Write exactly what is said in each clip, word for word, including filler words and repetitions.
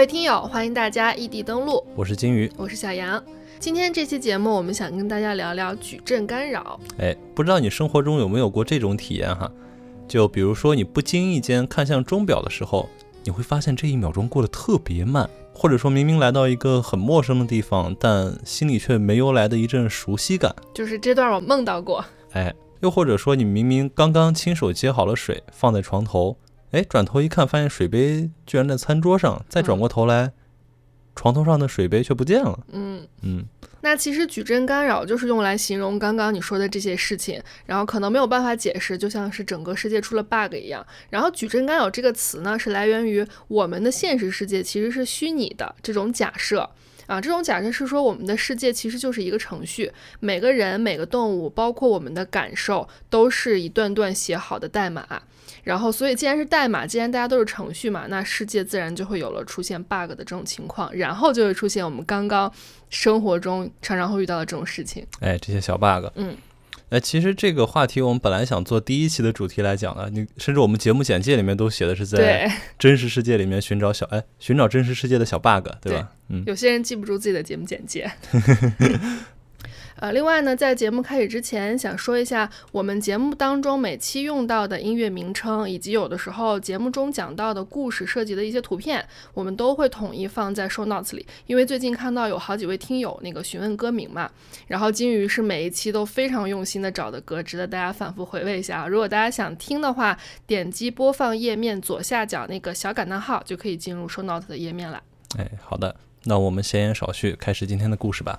位听友，欢迎大家异地登录， 我是金鱼， 我是小杨。今天这期节目我们想跟大家聊聊矩阵干扰。 哎，不知道你生活中有没有过这种体验哈？就比如说你不经意间看向钟表的时候，你会发现这一秒钟过得特别慢，或者说明明来到一个很陌生的地方，但心里却没由来的一阵熟悉感。 就是这段我梦到过。 哎，又或者说你明明刚刚亲手接好了水放在床头，哎，转头一看发现水杯居然在餐桌上，再转过头来、嗯、床头上的水杯却不见了。 嗯嗯， 那其实矩阵干扰就是用来形容刚刚你说的这些事情，然后可能没有办法解释，就像是整个世界出了 bug 一样。然后矩阵干扰这个词呢，是来源于我们的现实世界其实是虚拟的这种假设啊，这种假设是说我们的世界其实就是一个程序，每个人每个动物包括我们的感受都是一段段写好的代码，然后所以既然是代码，既然大家都是程序嘛，那世界自然就会有了出现 bug 的这种情况，然后就会出现我们刚刚生活中常常会遇到的这种事情。 哎，这些小 bug。 嗯， 哎，其实这个话题我们本来想做第一期的主题来讲的，你甚至我们节目简介里面都写的是在真实世界里面寻找小哎寻找真实世界的小 bug， 对吧？ 对， 嗯， 有些人记不住自己的节目简介。呃，另外呢，在节目开始之前，想说一下我们节目当中每期用到的音乐名称，以及有的时候节目中讲到的故事涉及的一些图片，我们都会统一放在 show notes 里。因为最近看到有好几位听友那个询问歌名嘛，然后金鱼是每一期都非常用心的找的歌，值得大家反复回味一下。如果大家想听的话，点击播放页面左下角那个小感叹号，就可以进入 show notes 的页面了。 哎，好的，那我们闲言少叙，开始今天的故事吧。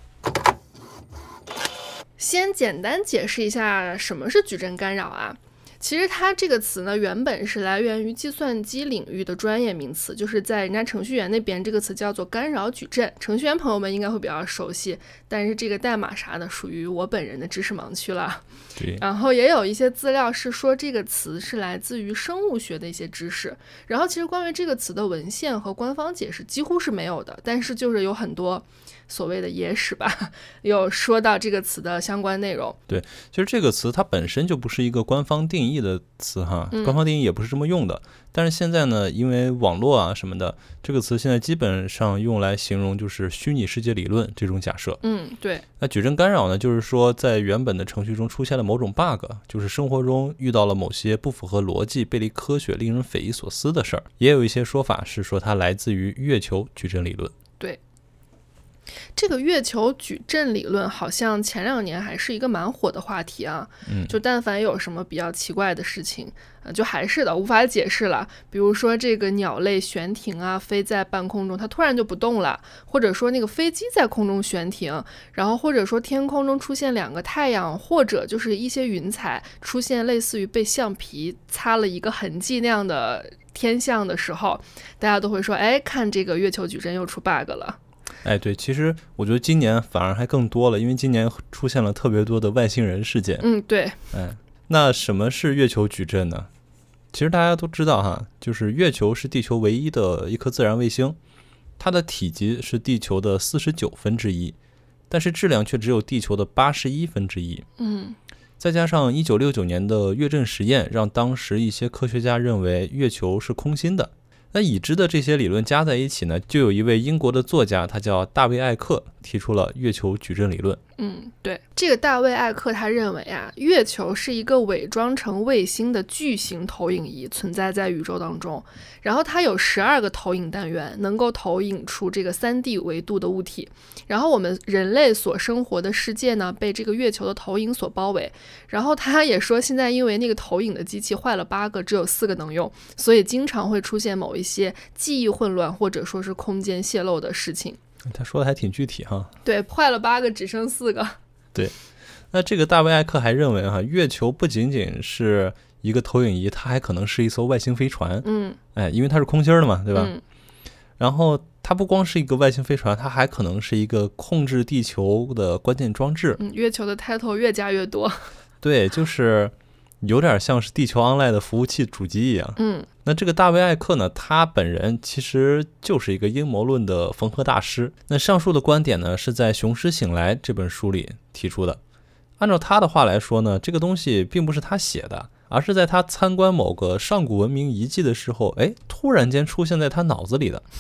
先简单解释一下什么是矩阵干扰啊。其实它这个词呢，原本是来源于计算机领域的专业名词，就是在人家程序员那边，这个词叫做干扰矩阵。程序员朋友们应该会比较熟悉，但是这个代码啥的属于我本人的知识盲区了。 对。 然后也有一些资料是说这个词是来自于生物学的一些知识，然后其实关于这个词的文献和官方解释几乎是没有的，但是就是有很多所谓的野史吧，有说到这个词的相关内容。 对，其实这个词它本身就不是一个官方定义的词哈， 嗯、 官方定义也不是这么用的。但是现在呢，因为网络啊什么的，这个词现在基本上用来形容就是虚拟世界理论这种假设。 嗯，对。 那矩阵干扰呢，就是说在原本的程序中出现了某种 bug， 就是生活中遇到了某些不符合逻辑、背离科学、令人匪夷所思的事儿。也有一些说法是说它来自于月球矩阵理论。 对。这个月球矩阵理论好像前两年还是一个蛮火的话题啊， 嗯， 就但凡有什么比较奇怪的事情，呃，就还是的无法解释了。比如说这个鸟类悬停啊，飞在半空中，它突然就不动了，或者说那个飞机在空中悬停，然后或者说天空中出现两个太阳，或者就是一些云彩出现类似于被橡皮擦了一个痕迹那样的天象的时候，大家都会说，哎，看这个月球矩阵又出 bug 了。 哎，对，其实我觉得今年反而还更多了，因为今年出现了特别多的外星人事件。 嗯，对。 哎，那什么是月球矩阵呢？其实大家都知道哈，就是月球是地球唯一的一颗自然卫星，它的体积是地球的四十九分之一，但是质量却只有地球的八十一分之一。 嗯， 再加上一九六九年的月震实验，让当时一些科学家认为月球是空心的。那已知的这些理论加在一起呢，就有一位英国的作家，他叫大卫·艾克，提出了月球矩阵理论。 嗯，对，这个大卫·艾克他认为啊，月球是一个伪装成卫星的巨型投影仪，存在在宇宙当中。然后它有十二个投影单元，能够投影出这个三 D 维度的物体。然后我们人类所生活的世界呢，被这个月球的投影所包围。然后他也说，现在因为那个投影的机器坏了八个，只有四个能用，所以经常会出现某一些记忆混乱或者说是空间泄露的事情。 他说的还挺具体哈。 对，坏了八个只剩四个。 对，那这个大卫·艾克还认为哈，月球不仅仅是一个投影仪，它还可能是一艘外星飞船。 嗯， 哎，因为它是空心的嘛，对吧？ 嗯。 然后它不光是一个外星飞船，它还可能是一个控制地球的关键装置。 嗯，月球的 title 越加越多。 对，就是有点像是地球 online 的服务器主机一样。 嗯， 那这个大卫·艾克呢，他本人其实就是一个阴谋论的缝合大师。那上述的观点呢，是在《雄狮醒来》这本书里提出的。按照他的话来说呢，这个东西并不是他写的，而是在他参观某个上古文明遗迹的时候，哎，突然间出现在他脑子里的。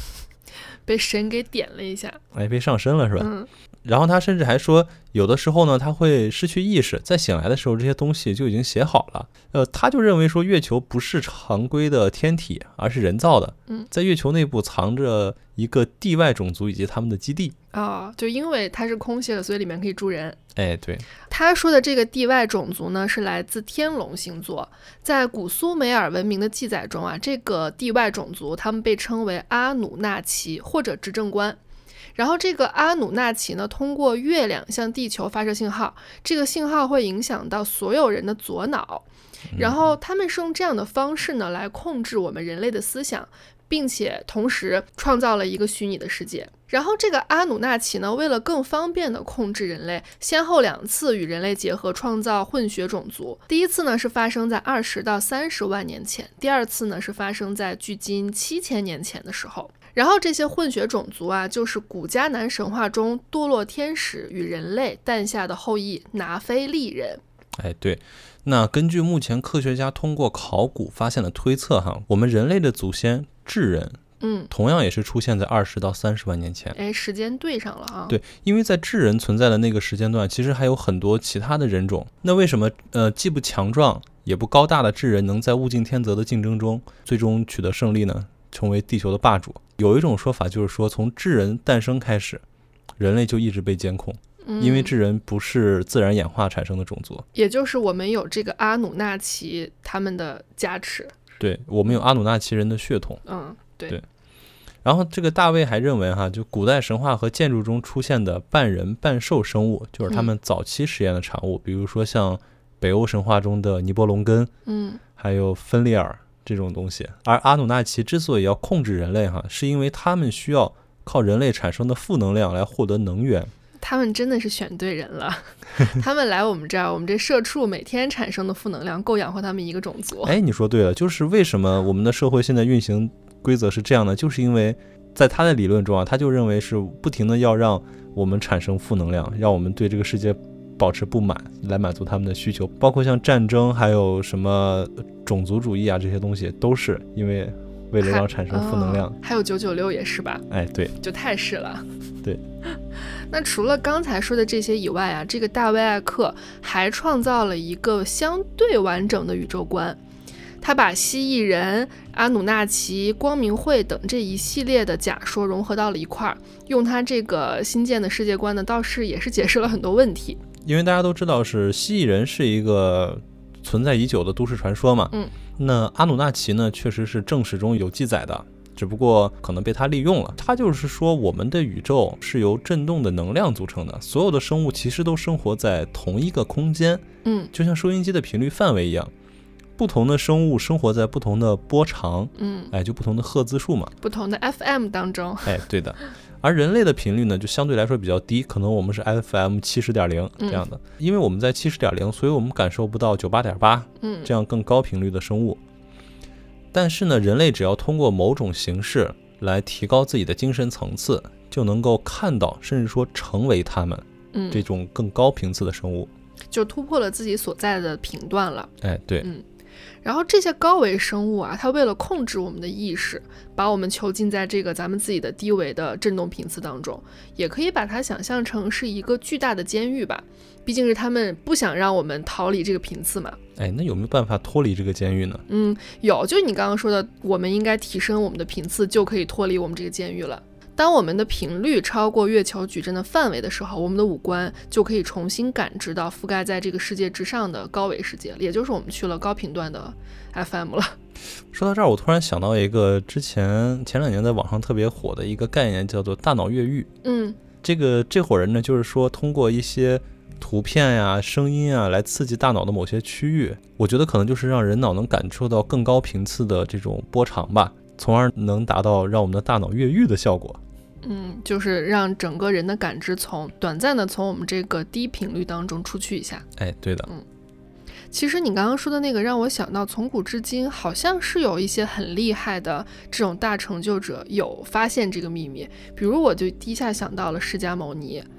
被神给点了一下， 哎，被上身了是吧？ 嗯。 然后他甚至还说，有的时候呢，他会失去意识，在醒来的时候，这些东西就已经写好了。呃，他就认为说，月球不是常规的天体，而是人造的。 嗯， 在月球内部藏着一个地外种族以及他们的基地。 哦，就因为它是空隙的，所以里面可以住人。 哎，对。 他说的这个地外种族呢，是来自天龙星座。在古苏美尔文明的记载中啊，这个地外种族他们被称为阿努纳奇或者执政官。然后这个阿努纳奇呢，通过月亮向地球发射信号，这个信号会影响到所有人的左脑，然后他们是用这样的方式呢来控制我们人类的思想，并且同时创造了一个虚拟的世界。然后这个阿努纳奇呢，为了更方便的控制人类，先后两次与人类结合，创造混血种族。第一次呢是发生在二十到三十万年前，第二次呢是发生在距今七千年前的时候。然后这些混血种族啊，就是古迦南神话中堕落天使与人类诞下的后裔拿非利人。 哎，对。那根据目前科学家通过考古发现的推测哈，我们人类的祖先智人， 嗯， 同样也是出现在二十到三十万年前。 哎，时间对上了啊。 对，因为在智人存在的那个时间段，其实还有很多其他的人种。那为什么呃既不强壮也不高大的智人能在物竞天择的竞争中最终取得胜利呢？成为地球的霸主？有一种说法就是说，从智人诞生开始，人类就一直被监控。因为智人不是自然演化产生的种族， 也就是我们有这个阿努纳奇他们的加持。 对，我们有阿努纳奇人的血统。 嗯，对。 对。然后这个大卫还认为哈，就古代神话和建筑中出现的半人半兽生物，就是他们早期实验的产物，嗯、比如说像北欧神话中的尼伯龙根， 嗯， 还有芬利尔这种东西。而阿努纳奇之所以要控制人类哈，是因为他们需要靠人类产生的负能量来获得能源。 他们真的是选对人了，他们来我们这儿，我们这社畜每天产生的负能量够养活他们一个种族。 哎，你说对了，就是为什么我们的社会现在运行规则是这样的，就是因为在他的理论中啊，他就认为是不停的要让我们产生负能量，让我们对这个世界保持不满，来满足他们的需求，包括像战争，还有什么种族主义啊，这些东西都是因为为了让产生负能量。 还,、哦、还有九九六也是吧？ 哎，对， 就太是了。 对。 那除了刚才说的这些以外啊，这个大卫艾克还创造了一个相对完整的宇宙观。他把蜥蜴人、阿努纳奇、光明会等这一系列的假说融合到了一块儿，用他这个新建的世界观呢，倒是也是解释了很多问题。 因为大家都知道是蜥蜴人是一个存在已久的都市传说嘛， 嗯， 那阿努纳奇呢，确实是正史中有记载的。只不过可能被他利用了。他就是说，我们的宇宙是由振动的能量组成的，所有的生物其实都生活在同一个空间， 嗯， 就像收音机的频率范围一样，不同的生物生活在不同的波长， 嗯， 哎，就不同的赫兹数嘛， 不同的 F M 当中， 哎，对的。而人类的频率呢，就相对来说比较低，可能我们是 F M 七十点零这样的，嗯、因为我们在七十点零，所以我们感受不到九八点八， 嗯， 这样更高频率的生物。但是呢，人类只要通过某种形式来提高自己的精神层次，就能够看到甚至说成为他们这种更高频次的生物， 嗯、就突破了自己所在的频段了。 哎，对， 嗯。然后这些高维生物啊，它为了控制我们的意识，把我们囚禁在这个咱们自己的低维的振动频次当中，也可以把它想象成是一个巨大的监狱吧。毕竟是他们不想让我们逃离这个频次嘛。 哎，那有没有办法脱离这个监狱呢？ 嗯，有，就你刚刚说的，我们应该提升我们的频次，就可以脱离我们这个监狱了。当我们的频率超过月球矩阵的范围的时候，我们的五官就可以重新感知到覆盖在这个世界之上的高维世界了，也就是我们去了高频段的 F M 了。 说到这儿，我突然想到一个之前前两年在网上特别火的一个概念，叫做大脑越狱。 嗯， 这个这伙人呢，就是说通过一些图片呀、声音啊来刺激大脑的某些区域，我觉得可能就是让人脑能感受到更高频次的这种波长吧，从而能达到让我们的大脑越狱的效果。 嗯，就是让整个人的感知从短暂的从我们这个低频率当中出去一下。 哎，对的。 嗯，其实你刚刚说的那个让我想到，从古至今好像是有一些很厉害的这种大成就者有发现这个秘密。比如我就第一下想到了释迦牟尼。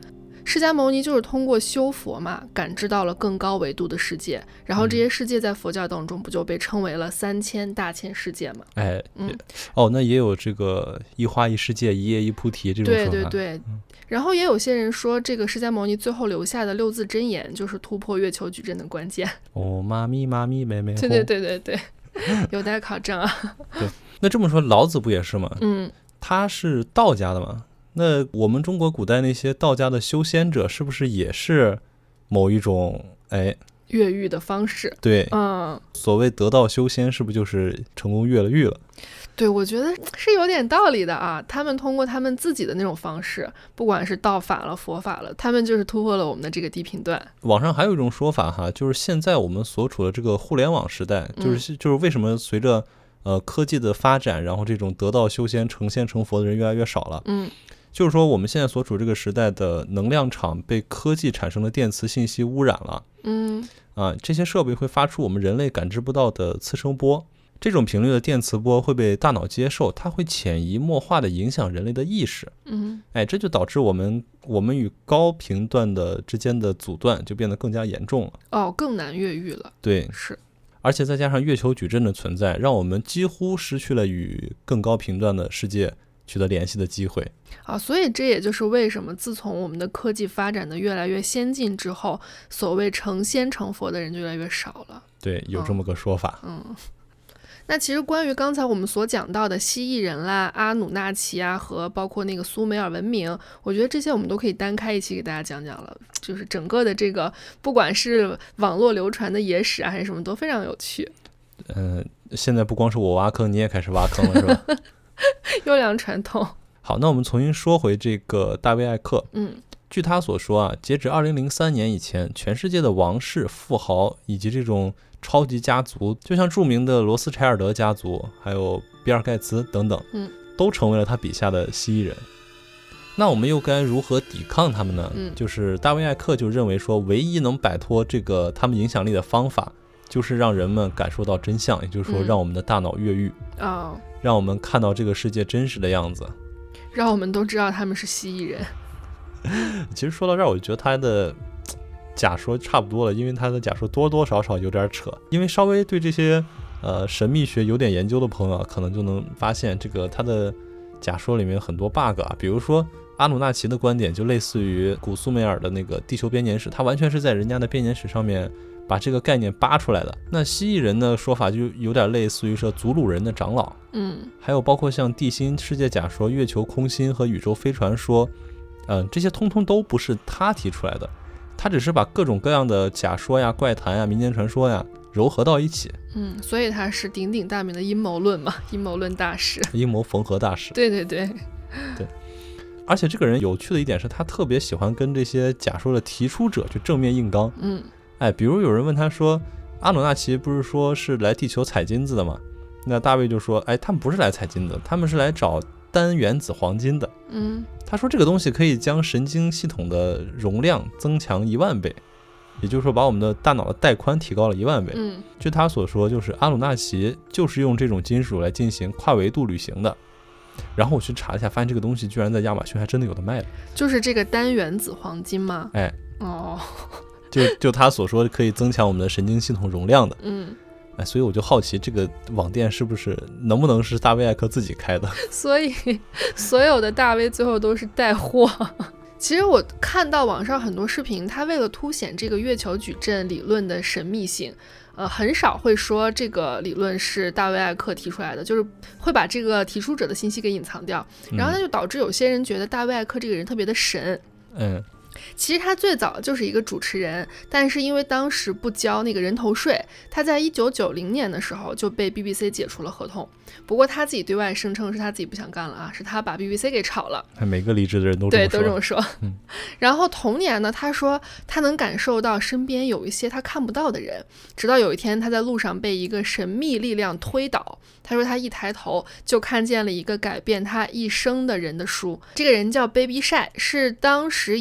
释迦牟尼就是通过修佛嘛，感知到了更高维度的世界，然后这些世界在佛教当中不就被称为了三千大千世界嘛？ 哎， 嗯， 哦，那也有这个一花一世界，一叶一菩提这种说法。 对对对。嗯，然后也有些人说，这个释迦牟尼最后留下的六字真言就是突破月球矩阵的关键。 哦，妈咪妈咪妹妹。 对对对对对，有待考证啊。 对，那这么说，老子不也是吗？ 嗯， 他是道家的嘛？那我们中国古代那些道家的修仙者，是不是也是某一种哎越狱的方式？ 对， 嗯， 所谓得道修仙，是不是就是成功越了狱了？ 对，我觉得是有点道理的啊。他们通过他们自己的那种方式，不管是道法了、佛法了，他们就是突破了我们的这个低频段。 网上还有一种说法哈，就是现在我们所处的这个互联网时代，就是、嗯、就是为什么随着呃科技的发展，然后这种得道修仙、成仙成佛的人越来越少了。 嗯。 就是说我们现在所处这个时代的能量场被科技产生的电磁信息污染了。 嗯， 啊，这些设备会发出我们人类感知不到的次声波，这种频率的电磁波会被大脑接受，它会潜移默化地影响人类的意识。 嗯， 哎，这就导致我们我们与高频段的之间的阻断就变得更加严重了。 哦，更难越狱了。 对， 是。 而且再加上月球矩阵的存在，让我们几乎失去了与更高频段的世界取得联系的机会啊，所以这也就是为什么自从我们的科技发展的越来越先进之后，所谓成仙成佛的人就越来越少了。 对，有这么个说法。 嗯，嗯，那其实关于刚才我们所讲到的蜥蜴人啦、阿努纳奇啊，和包括那个苏美尔文明，我觉得这些我们都可以单开一期给大家讲讲了。就是整个的这个，不管是网络流传的野史啊，还是什么，都非常有趣。 嗯、呃，现在不光是我挖坑，你也开始挖坑了，是吧？ 优良传统。 好，那我们重新说回这个大卫艾克。 嗯， 据他所说啊，截止二零零三年以前，全世界的王室、富豪以及这种超级家族，就像著名的罗斯柴尔德家族，还有比尔盖茨等等， 嗯， 都成为了他笔下的蜥蜴人。那我们又该如何抵抗他们呢？ 嗯， 就是大卫艾克就认为说，唯一能摆脱这个他们影响力的方法，就是让人们感受到真相，也就是说，让我们的大脑越狱。 嗯、哦。 让我们看到这个世界真实的样子， 让我们都知道他们是蜥蜴人。 其实说到这儿，我觉得他的假说差不多了，因为他的假说多多少少有点扯。因为稍微对这些呃神秘学有点研究的朋友，可能就能发现这个他的假说里面很多 bug 啊，比如说阿努纳奇的观点就类似于古苏美尔的那个地球编年史，他完全是在人家的编年史上面把这个概念扒出来的。那蜥蜴人的说法就有点类似于说祖鲁人的长老。 嗯， 还有包括像地心世界假说、月球空心和宇宙飞船说，嗯，这些通通都不是他提出来的，他只是把各种各样的假说呀、怪谈呀、民间传说呀糅合到一起。 嗯，所以他是鼎鼎大名的阴谋论嘛，阴谋论大师， 阴谋缝合大师。 对对对对。而且这个人有趣的一点是，他特别喜欢跟这些假说的提出者去正面硬刚。 嗯， 哎，比如有人问他说，阿努纳奇不是说是来地球采金子的吗？那大卫就说，哎，他们不是来采金的，他们是来找单原子黄金的。 嗯， 他说这个东西可以将神经系统的容量增强一万倍，也就是说把我们的大脑的带宽提高了一万倍。 嗯， 据他所说，就是阿努纳奇就是用这种金属来进行跨维度旅行的。然后我去查了一下，发现这个东西居然在亚马逊还真的有的卖的。 就是这个单原子黄金吗？ 哎， 哦， 就就他所说可以增强我们的神经系统容量的。 嗯。 哎，所以我就好奇，这个网店是不是能不能是大卫艾克自己开的？ 所以，所有的大 V 最后都是带货。其实我看到网上很多视频，他为了凸显这个月球矩阵理论的神秘性，呃，很少会说这个理论是大卫艾克提出来的，就是会把这个提出者的信息给隐藏掉，然后那就导致有些人觉得大卫艾克这个人特别的神。 嗯。 其实他最早就是一个主持人，但是因为当时不交那个人头税，他在一九九零年的时候就被 B B C 解除了合同。不过他自己对外声称是他自己不想干了啊，是他把 B B C 给炒了。 每个理智的人都这么说。 对，都这么说。 嗯、 然后同年呢，他说他能感受到身边有一些他看不到的人，直到有一天他在路上被一个神秘力量推倒。他说他一抬头就看见了一个改变他一生的人的书，这个人叫 Baby Shy， 是当时一个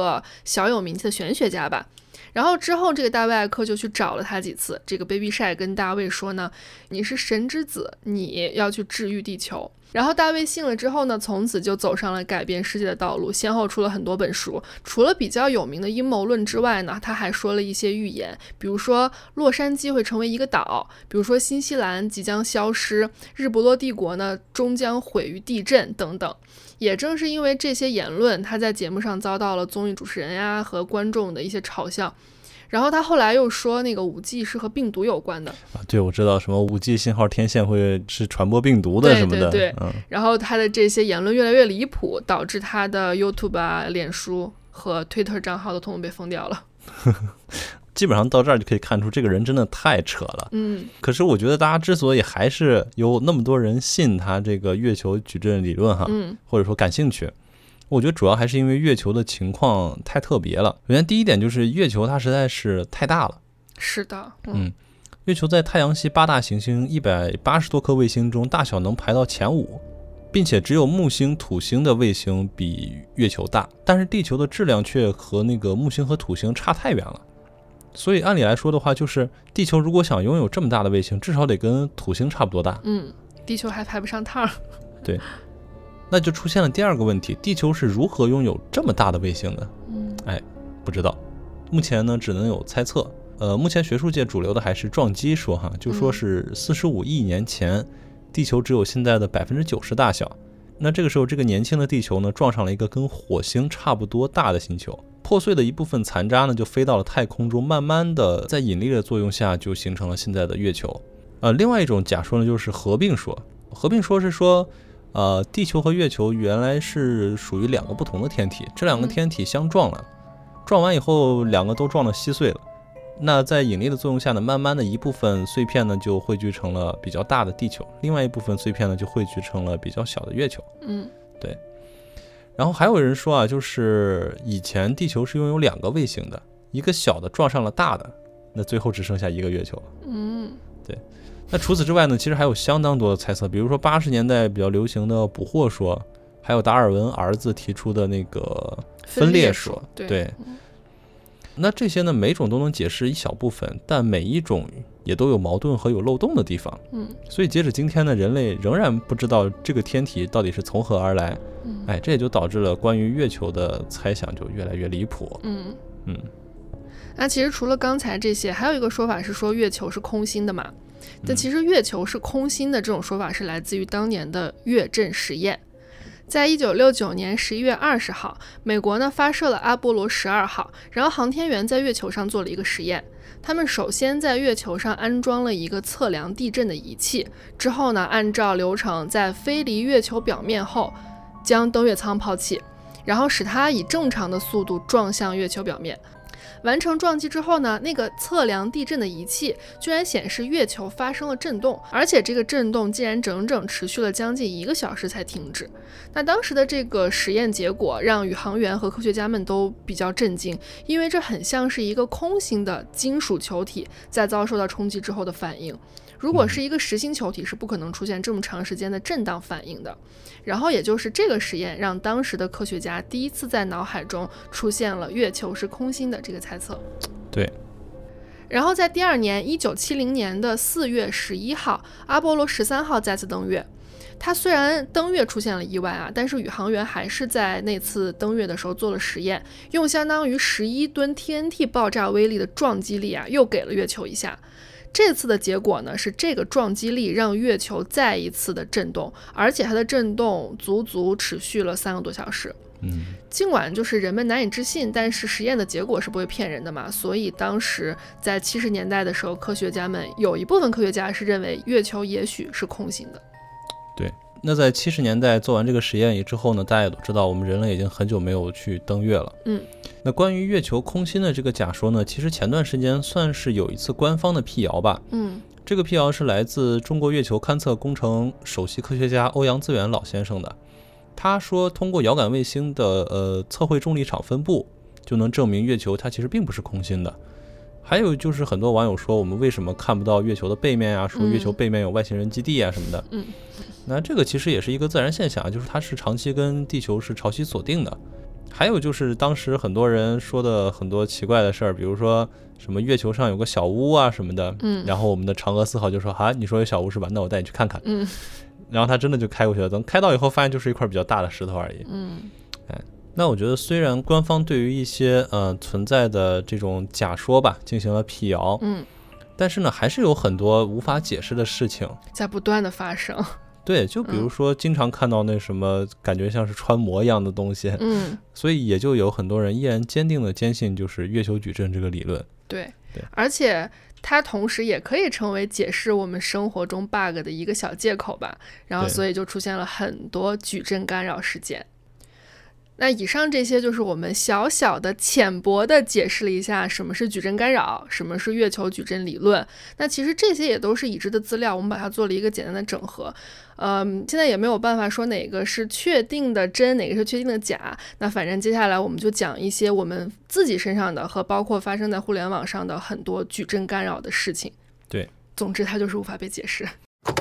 个小有名气的玄学家吧。然后之后这个大卫艾克就去找了他几次，这个 Baby Shy 跟大卫说呢，你是神之子，你要去治愈地球。然后大卫信了之后呢，从此就走上了改变世界的道路，先后出了很多本书。除了比较有名的阴谋论之外呢，他还说了一些预言，比如说洛杉矶会成为一个岛，比如说新西兰即将消失，日不落帝国呢终将毁于地震等等。也正是因为这些言论，他在节目上遭到了综艺主持人呀和观众的一些嘲笑。然后他后来又说那个 五 G 是和病毒有关的啊，对，我知道什么 五 G 信号天线会是传播病毒的什么的， 对对对、 嗯、 然后他的这些言论越来越离谱，导致他的 YouTube 啊、脸书和 Twitter 账号都统统被封掉了。 基本上到这儿就可以看出这个人真的太扯了。 嗯， 可是我觉得大家之所以还是有那么多人信他这个月球矩阵理论哈， 嗯， 或者说感兴趣，我觉得主要还是因为月球的情况太特别了。首先第一点就是月球它实在是太大了。 是的， 嗯，嗯月球在太阳系八大行星一百八十多颗卫星中大小能排到前五，并且只有木星、土星的卫星比月球大，但是地球的质量却和那个木星和土星差太远了。所以按理来说的话，就是地球如果想拥有这么大的卫星，至少得跟土星差不多大。 嗯，地球还排不上趟。 对，那就出现了第二个问题，地球是如何拥有这么大的卫星的？ 嗯， 哎，不知道，目前呢只能有猜测。呃，目前学术界主流的还是撞击说哈，就说是四十五亿年前，地球只有现在的百分之九十大小。那这个时候，这个年轻的地球呢，撞上了一个跟火星差不多大的星球，破碎的一部分残渣呢，就飞到了太空中，慢慢的在引力的作用下，就形成了现在的月球。呃，另外一种假说呢，就是合并说。合并说是说，呃，地球和月球原来是属于两个不同的天体，这两个天体相撞了，撞完以后，两个都撞得稀碎了。那在引力的作用下呢，慢慢的一部分碎片呢就汇聚成了比较大的地球，另外一部分碎片呢就汇聚成了比较小的月球。 嗯， 对。然后还有人说啊，就是以前地球是拥有两个卫星的，一个小的撞上了大的，那最后只剩下一个月球。 嗯， 对。那除此之外呢，其实还有相当多的猜测，比如说八十年代比较流行的捕获说，还有达尔文儿子提出的那个分裂说。 对。 对那这些呢，每种都能解释一小部分，但每一种也都有矛盾和有漏洞的地方。 嗯， 所以截止今天呢，人类仍然不知道这个天体到底是从何而来。 嗯， 哎，这也就导致了关于月球的猜想就越来越离谱。 嗯嗯。 那其实除了刚才这些，还有一个说法是说月球是空心的嘛？但其实月球是空心的这种说法是来自于当年的月震实验。在一九六九年十一月二十号，美国呢发射了阿波罗十二号，然后航天员在月球上做了一个实验。他们首先在月球上安装了一个测量地震的仪器，之后呢，按照流程在飞离月球表面后，将登月舱抛弃，然后使它以正常的速度撞向月球表面。完成撞击之后呢，那个测量地震的仪器居然显示月球发生了震动，而且这个震动竟然整整持续了将近一个小时才停止。那当时的这个实验结果让宇航员和科学家们都比较震惊，因为这很像是一个空心的金属球体在遭受到冲击之后的反应。如果是一个实心球体，是不可能出现这么长时间的震荡反应的。然后也就是这个实验让当时的科学家第一次在脑海中出现了月球是空心的这个猜测。 对。 然后在第二年一九七零年的四月十一号，阿波罗十三号再次登月。它虽然登月出现了意外啊，但是宇航员还是在那次登月的时候做了实验，用相当于十一吨 T N T 爆炸威力的撞击力啊，又给了月球一下。这次的结果呢，是这个撞击力让月球再一次的震动，而且它的震动足足持续了三个多小时。 嗯， 尽管就是人们难以置信，但是实验的结果是不会骗人的嘛，所以当时在七十年代的时候，科学家们有一部分科学家是认为月球也许是空心的。 对，那在七十年代做完这个实验之后呢，大家也都知道我们人类已经很久没有去登月了。 嗯， 那关于月球空心的这个假说呢，其实前段时间算是有一次官方的辟谣吧。 嗯， 这个辟谣是来自中国月球勘测工程首席科学家欧阳自远老先生的。他说通过遥感卫星的呃测绘重力场分布，就能证明月球它其实并不是空心的。还有就是很多网友说我们为什么看不到月球的背面啊，说月球背面有外星人基地啊什么的。 嗯， 那这个其实也是一个自然现象，就是它是长期跟地球是潮汐锁定的。 还有就是当时很多人说的很多奇怪的事儿，比如说什么月球上有个小屋啊什么的， 嗯， 然后我们的嫦娥四号就说啊，你说有小屋是吧？那我带你去看看。 嗯， 然后他真的就开过去了，等开到以后发现就是一块比较大的石头而已。 嗯， 哎，那我觉得虽然官方对于一些呃存在的这种假说吧进行了辟谣， 嗯， 但是呢还是有很多无法解释的事情在不断的发生。 对，就比如说经常看到那什么感觉像是穿模一样的东西， 嗯， 所以也就有很多人依然坚定的坚信就是月球矩阵这个理论。 对， 对， 而且它同时也可以成为解释我们生活中 bug 的一个小借口吧，然后所以就出现了很多矩阵干扰事件。那以上这些就是我们小小的浅薄的解释了一下什么是矩阵干扰，什么是月球矩阵理论。那其实这些也都是已知的资料，我们把它做了一个简单的整合。嗯，现在也没有办法说哪个是确定的真，哪个是确定的假。那反正接下来我们就讲一些我们自己身上的和包括发生在互联网上的很多矩阵干扰的事情。 对， 总之它就是无法被解释。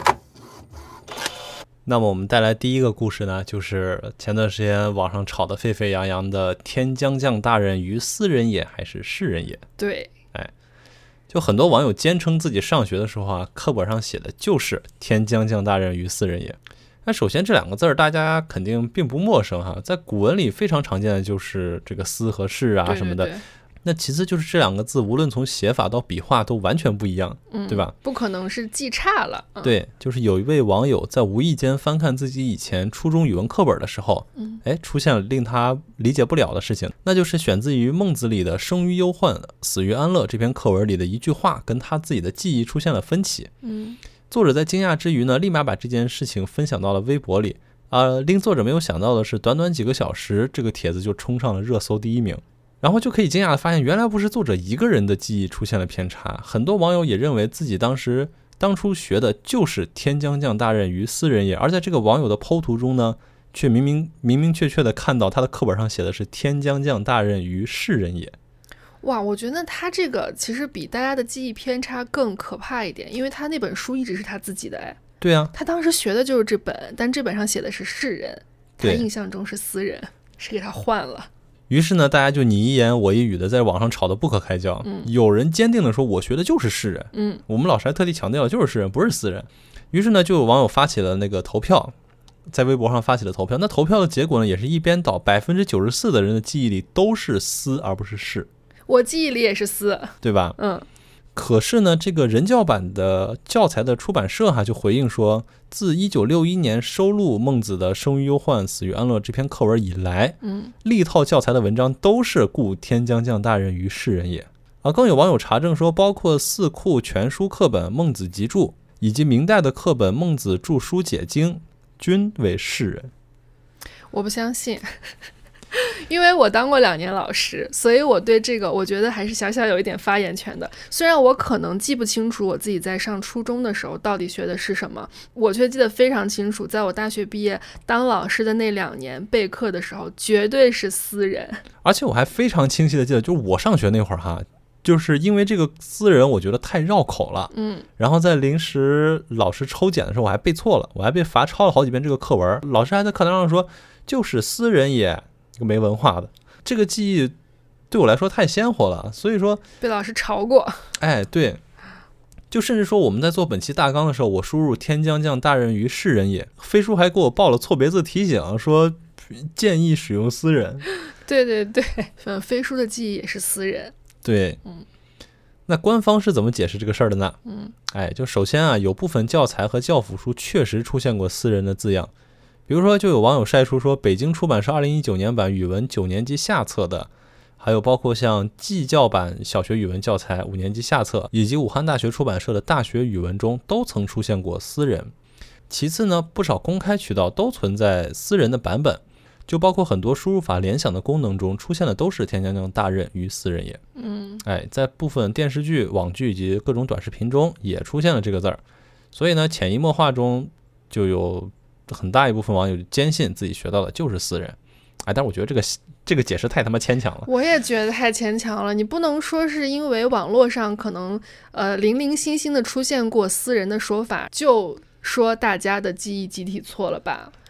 那么我们带来第一个故事呢，就是前段时间网上吵得沸沸扬扬的天将降大任于斯人也还是世人也。 对， 哎，就很多网友坚称自己上学的时候啊，课本上写的就是天将降大任于斯人也。那首先这两个字儿大家肯定并不陌生哈，在古文里非常常见的就是这个斯和世啊什么的。 对对对， 那其次就是这两个字无论从写法到笔画都完全不一样， 嗯， 对吧？ 不可能是记差了。嗯、 对，就是有一位网友在无意间翻看自己以前初中语文课本的时候， 嗯， 哎，出现了令他理解不了的事情，那就是选自于孟子里的生于忧患，死于安乐这篇课文里的一句话跟他自己的记忆出现了分歧。 嗯， 作者在惊讶之余呢，立马把这件事情分享到了微博里。呃，令作者没有想到的是，短短几个小时，这个帖子就冲上了热搜第一名。然后就可以惊讶的发现，原来不是作者一个人的记忆出现了偏差，很多网友也认为自己当时当初学的就是天将降大任于斯人也，而在这个网友的剖图中呢，却明明明明确确的看到他的课本上写的是天将降大任于世人也。 哇，我觉得他这个其实比大家的记忆偏差更可怕一点，因为他那本书一直是他自己的。哎， 对啊， 他当时学的就是这本，但这本上写的是世人，他印象中是斯人，是给他换了。 于是呢，大家就你一言我一语的在网上吵得不可开交。 嗯， 有人坚定的说我学的就是世人， 嗯， 我们老师还特地强调了就是世人不是斯人。于是呢，就有网友发起了那个投票，在微博上发起了投票。那投票的结果呢，也是一边倒，百分之九十四的人的记忆里都是斯而不是世。 我记忆里也是斯， 对吧？ 嗯。 可是呢，这个人教版的教材的出版社哈就回应说，自一九六一年收录孟子的《生于忧患，死于安乐》这篇课文以来， 嗯， 历套教材的文章都是故天将降大任于世人也。啊，更有网友查证说，包括四库全书课本《孟子集注》以及明代的课本《孟子注疏解经》均为世人。 我不相信。因为我当过两年老师，所以我对这个我觉得还是小小有一点发言权的。虽然我可能记不清楚我自己在上初中的时候到底学的是什么，我却记得非常清楚，在我大学毕业当老师的那两年备课的时候绝对是斯人。 而且我还非常清晰的记得，就是我上学那会儿哈，就是因为这个斯人我觉得太绕口了， 嗯， 然后在临时老师抽检的时候我还背错了，我还被罚抄了好几遍这个课文，老师还在课堂上说就是斯人也，一个没文化的。这个记忆对我来说太鲜活了，所以说被老师嘲过。 哎，对，就甚至说我们在做本期大纲的时候，我输入天将降大任于世人也，飞书还给我报了错别字提醒，说建议使用斯人。 对对对，嗯，飞书的记忆也是斯人。 对， 嗯， 那官方是怎么解释这个事儿的呢？ 嗯， 哎，就首先啊，有部分教材和教辅书确实出现过斯人的字样。比如说，就有网友晒出说，北京出版社二零一九年版语文九年级下册的，还有包括像技教版小学语文教材五年级下册，以及武汉大学出版社的大学语文中，都曾出现过斯人。其次呢，不少公开渠道都存在斯人的版本，就包括很多输入法联想的功能中出现的都是天将降大任于斯人也。 嗯， 哎，在部分电视剧、网剧以及各种短视频中也出现了这个字儿，所以呢，潜移默化中就有很大一部分网友坚信自己学到的就是斯人。哎，但我觉得这个这个解释太他妈牵强了。 我也觉得太牵强了，你不能说是因为网络上可能呃零零星星的出现过斯人的说法，就说大家的记忆集体错了吧？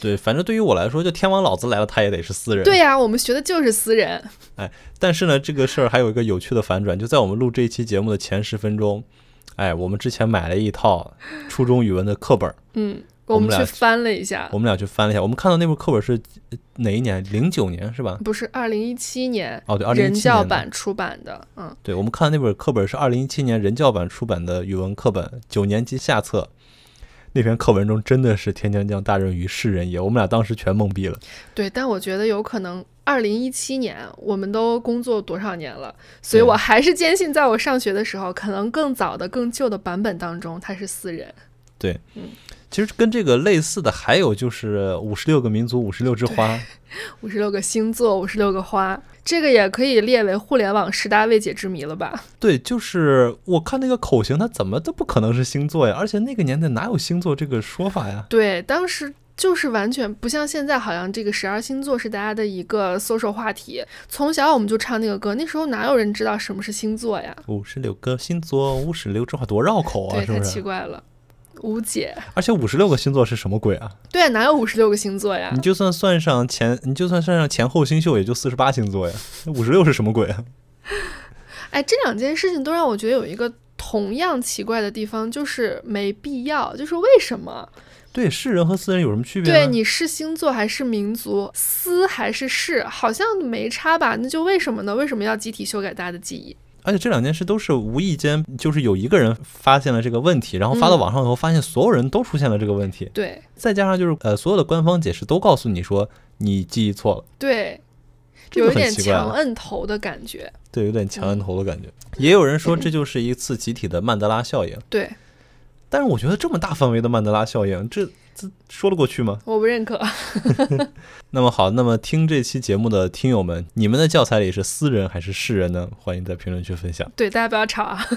对，反正对于我来说，就天王老子来了，他也得是私人。 对呀、啊，我们学的就是私人。 哎，但是呢，这个事儿还有一个有趣的反转，就在我们录这一期节目的前十分钟，哎，我们之前买了一套初中语文的课本， 嗯。我们去翻了一下， 我们俩去翻了一下，我们看到那部课本是哪一年？零九年是吧？ 不是，二零一七年。 哦，对，二零一七年人教版出版的。嗯， 对，我们看的那本课本是二零一七年人教版出版的语文课本，九年级下册。那篇课文中真的是天将降大任于斯人也，我们俩当时全懵逼了。 对，但我觉得有可能二零一七年我们都工作多少年了，所以我还是坚信在我上学的时候，可能更早的更旧的版本当中它是私人。 对， 嗯。 其实跟这个类似的还有就是五十六个民族五十六枝花， 五十六个星座五十六个花，这个也可以列为互联网十大未解之谜了吧？ 对，就是我看那个口型它怎么都不可能是星座呀，而且那个年代哪有星座这个说法呀？ 对，当时就是完全不像现在，好像这个十二星座是大家的一个 social 话题，从小我们就唱那个歌，那时候哪有人知道什么是星座呀？ 五十六个星座五十六枝花，多绕口啊！ 对， 是不是？ 太奇怪了，无解。 而且五十六个星座是什么鬼啊？ 对，哪有五十六个星座呀？ 你就算算上前，你就算算上前后星宿，也就四十八星座呀。五十六是什么鬼啊？ 哎，这两件事情都让我觉得有一个同样奇怪的地方，就是没必要，就是为什么？ 对，是人和私人有什么区别呢？ 对，你是星座还是民族，私还是是，好像没差吧？那就为什么呢？为什么要集体修改大家的记忆？ 而且这两件事都是无意间，就是有一个人发现了这个问题，然后发到网上以后，发现所有人都出现了这个问题。 嗯、对， 再加上就是呃，所有的官方解释都告诉你说你记忆错了。 对，有一点强摁头的感觉。 对，有点强摁头的感觉。嗯、也有人说这就是一次集体的曼德拉效应。 对， 但是我觉得这么大范围的曼德拉效应，这这说得过去吗？ 我不认可。 那么好，那么听这期节目的听友们，你们的教材里是私人还是世人呢？欢迎在评论区分享。 对，大家不要吵啊。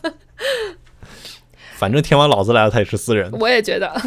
反正天王老子来了，他也是私人。 我也觉得。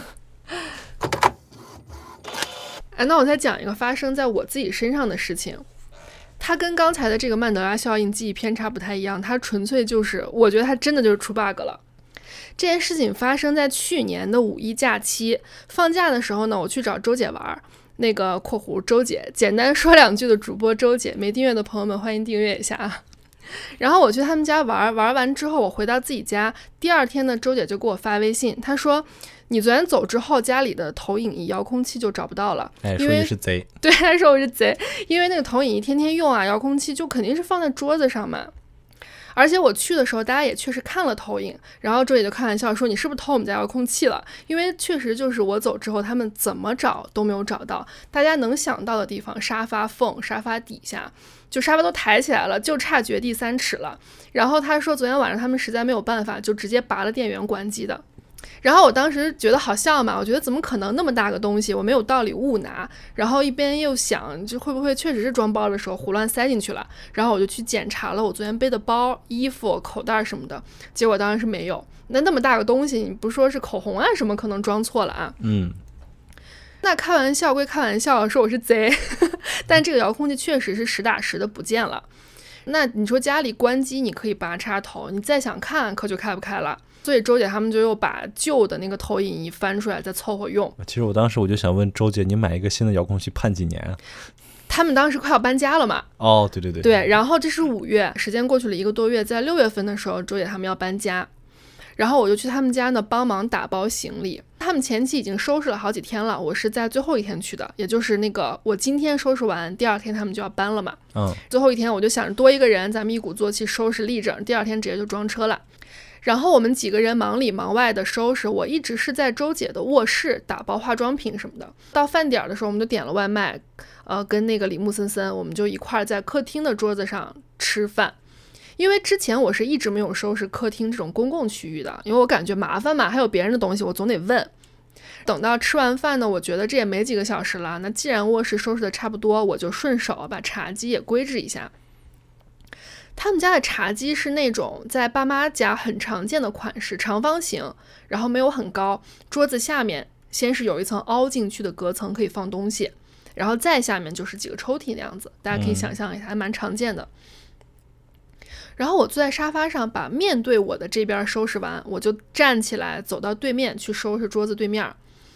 哎，那我再讲一个发生在我自己身上的事情。它跟刚才的这个曼德拉效应记忆偏差不太一样，它纯粹就是我觉得它真的就是出 bug 了。这件事情发生在去年的五一假期，放假的时候呢，我去找周姐玩，那个括弧周姐简单说两句的主播周姐，没订阅的朋友们欢迎订阅一下啊。然后我去他们家玩，玩完之后我回到自己家，第二天呢，周姐就给我发微信，她说你昨天走之后家里的投影仪遥控器就找不到了。 哎， 因为说你是贼。 对，她说我是贼，因为那个投影仪天天用啊，遥控器就肯定是放在桌子上嘛。而且我去的时候大家也确实看了投影，然后周姐就开玩笑说你是不是偷我们家遥控器了，因为确实就是我走之后他们怎么找都没有找到，大家能想到的地方，沙发缝、沙发底下，就沙发都抬起来了，就差掘地三尺了。然后他说昨天晚上他们实在没有办法，就直接拔了电源关机的。然后我当时觉得好笑嘛，我觉得怎么可能那么大个东西，我没有道理误拿。然后一边又想，就会不会确实是装包的时候胡乱塞进去了。然后我就去检查了我昨天背的包、衣服、口袋什么的，结果当然是没有。那那么大个东西，你不说是口红啊什么，可能装错了啊？ 嗯。 那开玩笑归开玩笑，说我是贼，但这个遥控器确实是实打实的不见了。那你说家里关机你可以拔插头，你再想看可就开不开了。所以周姐他们就又把旧的那个投影仪翻出来再凑合用。 其实我当时我就想问周姐，你买一个新的遥控器判几年啊？ 他们当时快要搬家了嘛。 哦，对对对对，然后这是五月，时间过去了一个多月，在六月份的时候周姐他们要搬家，然后我就去他们家呢帮忙打包行李。他们前期已经收拾了好几天了，我是在最后一天去的，也就是那个我今天收拾完，第二天他们就要搬了嘛。 嗯， 最后一天我就想着多一个人，咱们一鼓作气收拾立正，第二天直接就装车了。然后我们几个人忙里忙外的收拾，我一直是在周姐的卧室打包化妆品什么的。到饭点的时候，我们就点了外卖，呃，跟那个李木森森，我们就一块在客厅的桌子上吃饭。因为之前我是一直没有收拾客厅这种公共区域的，因为我感觉麻烦嘛，还有别人的东西我总得问。等到吃完饭呢，我觉得这也没几个小时了，那既然卧室收拾的差不多，我就顺手把茶几也归置一下。他们家的茶几是那种在爸妈家很常见的款式，长方形，然后没有很高，桌子下面先是有一层凹进去的隔层可以放东西，然后再下面就是几个抽屉那样子，大家可以想象一下，还蛮常见的。然后我坐在沙发上，把面对我的这边收拾完，我就站起来走到对面去收拾桌子对面。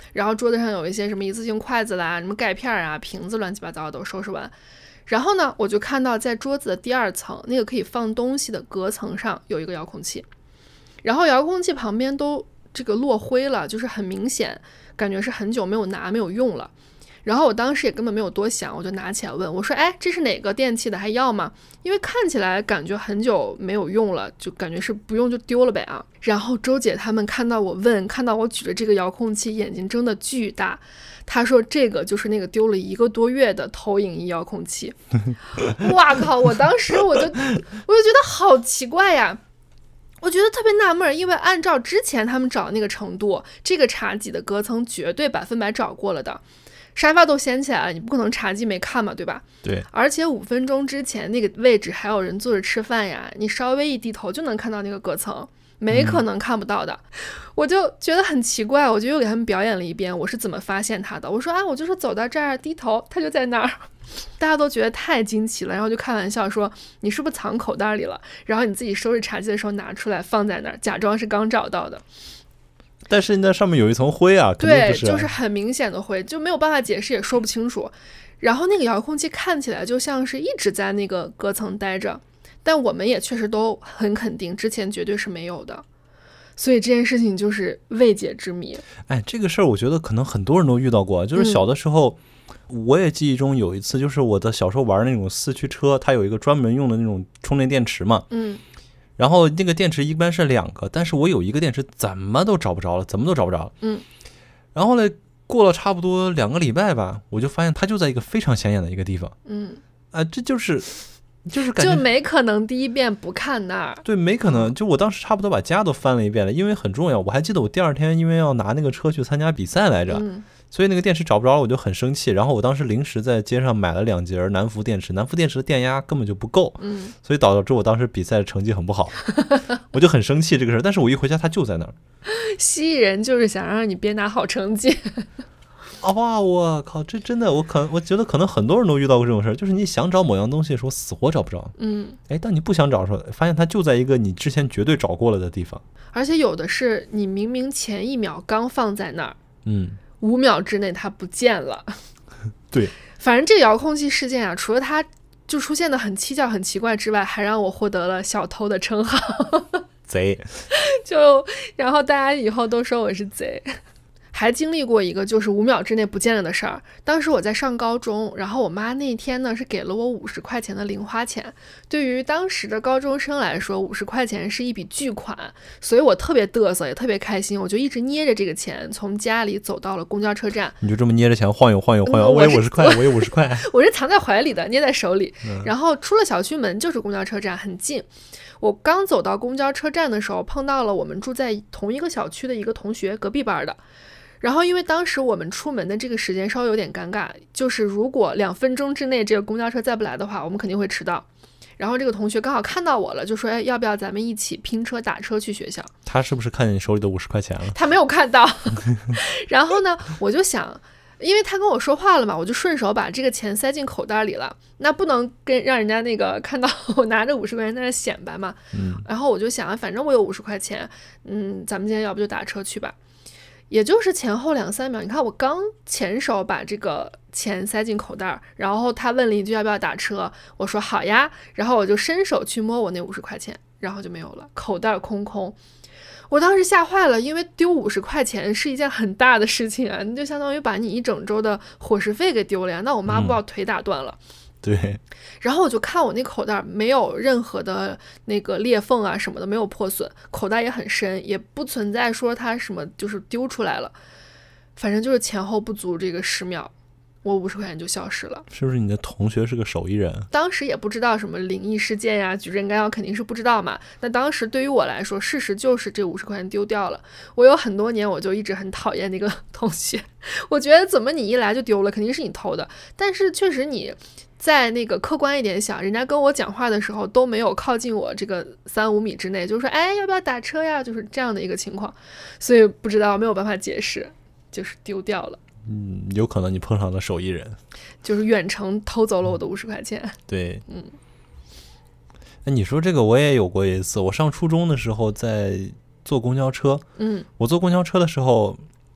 然后桌子上有一些什么一次性筷子啦、什么钙片啊、瓶子，乱七八糟的都收拾完。然后呢，我就看到在桌子的第二层那个可以放东西的隔层上有一个遥控器，然后遥控器旁边都这个落灰了，就是很明显感觉是很久没有拿没有用了。然后我当时也根本没有多想，我就拿起来问我说，哎，这是哪个电器的，还要吗？因为看起来感觉很久没有用了，就感觉是不用就丢了呗啊。然后周姐他们看到我问，看到我举着这个遥控器，眼睛睁得巨大，他说这个就是那个丢了一个多月的投影仪遥控器。哇靠，我当时我就我就觉得好奇怪呀，我觉得特别纳闷，因为按照之前他们找那个程度，这个茶几的隔层绝对百分百找过了的，沙发都掀起来了，你不可能茶几没看嘛，对吧？ 对。 而且五分钟之前那个位置还有人坐着吃饭呀，你稍微一低头就能看到那个隔层，没可能看不到的。嗯、我就觉得很奇怪，我就又给他们表演了一遍我是怎么发现他的。我说啊，我就是走到这儿低头，他就在那儿。大家都觉得太惊奇了，然后就开玩笑说你是不是藏口袋里了，然后你自己收拾茶几的时候拿出来放在那儿，假装是刚找到的。 但是那上面有一层灰啊，肯定不是、啊、 对，就是很明显的灰，就没有办法解释，也说不清楚。然后那个遥控器看起来就像是一直在那个隔层待着，但我们也确实都很肯定之前绝对是没有的，所以这件事情就是未解之谜。 哎，这个事儿我觉得可能很多人都遇到过，就是小的时候、嗯、我也记忆中有一次，就是我的小时候玩那种四驱车，它有一个专门用的那种充电电池嘛， 嗯， 然后那个电池一般是两个，但是我有一个电池怎么都找不着了，怎么都找不着了。 嗯， 然后呢，过了差不多两个礼拜吧，我就发现它就在一个非常显眼的一个地方。 嗯， 啊，这就是就是感觉就没可能第一遍不看那儿。 对，没可能。就我当时差不多把家都翻了一遍了，因为很重要。我还记得我第二天因为要拿那个车去参加比赛来着。 嗯， 所以那个电池找不着了，我就很生气。然后我当时临时在街上买了两节南孚电池，南孚电池的电压根本就不够， 嗯，所以导致我当时比赛成绩很不好，我就很生气这个事儿。但是我一回家，它就在那儿。 蜥蜴人就是想让你别拿好成绩。 啊哇！我靠，这真的，我可我觉得可能很多人都遇到过这种事儿，就是你想找某样东西的时候，死活找不着。 嗯， 哎，当你不想找的时候，发现它就在一个你之前绝对找过了的地方。 而且有的是你明明前一秒刚放在那儿， 嗯。 五秒之内它不见了。 对， 反正这个遥控器事件啊，除了它就出现的很蹊跷很奇怪之外，还让我获得了小偷的称号。 贼。 就然后大家以后都说我是贼。还经历过一个就是五秒之内不见了的事儿。当时我在上高中，然后我妈那天呢是给了我五十块钱的零花钱。对于当时的高中生来说，五十块钱是一笔巨款，所以我特别嘚瑟，也特别开心，我就一直捏着这个钱从家里走到了公交车站。 你就这么捏着钱晃悠晃悠晃悠、嗯、我有五十块，我有五十块。 我是藏在怀里的，捏在手里、嗯、然后出了小区门就是公交车站，很近。我刚走到公交车站的时候，碰到了我们住在同一个小区的一个同学，隔壁班的。然后因为当时我们出门的这个时间稍微有点尴尬，就是如果两分钟之内这个公交车再不来的话，我们肯定会迟到。然后这个同学刚好看到我了，就说哎，要不要咱们一起拼车打车去学校。 他是不是看见你手里的五十块钱了？ 他没有看到。然后呢我就想，因为他跟我说话了嘛，我就顺手把这个钱塞进口袋里了，那不能跟让人家那个看到我拿着五十块钱在那显摆嘛、 嗯、 然后我就想反正我有五十块钱，嗯，咱们今天要不就打车去吧。也就是前后两三秒，你看我刚前手把这个钱塞进口袋，然后他问了一句要不要打车，我说好呀，然后我就伸手去摸我那五十块钱，然后就没有了，口袋空空。我当时吓坏了，因为丢五十块钱是一件很大的事情啊，你就相当于把你一整周的伙食费给丢了呀，那我妈不知道腿打断了、嗯对， 然后我就看我那口袋没有任何的那个裂缝啊什么的，没有破损，口袋也很深，也不存在说它什么就是丢出来了，反正就是前后不足这个十秒，我五十块钱就消失了。 是不是你的同学是个手艺人？ 当时也不知道什么灵异事件呀、矩阵干扰肯定是不知道嘛。那当时对于我来说，事实就是这五十块钱丢掉了。我有很多年我就一直很讨厌那个同学，我觉得怎么你一来就丢了，肯定是你偷的。但是确实你在那个客观一点想，人家跟我讲话的时候都没有靠近我这个三五米之内，就是说哎要不要打车呀，就是这样的一个情况，所以不知道，没有办法解释，就是丢掉了。 嗯，有可能你碰上了手艺人， 就是远程偷走了我的五十块钱。 对， 嗯。 那你说这个我也有过一次，我上初中的时候在坐公交车， 嗯， 我坐公交车的时候，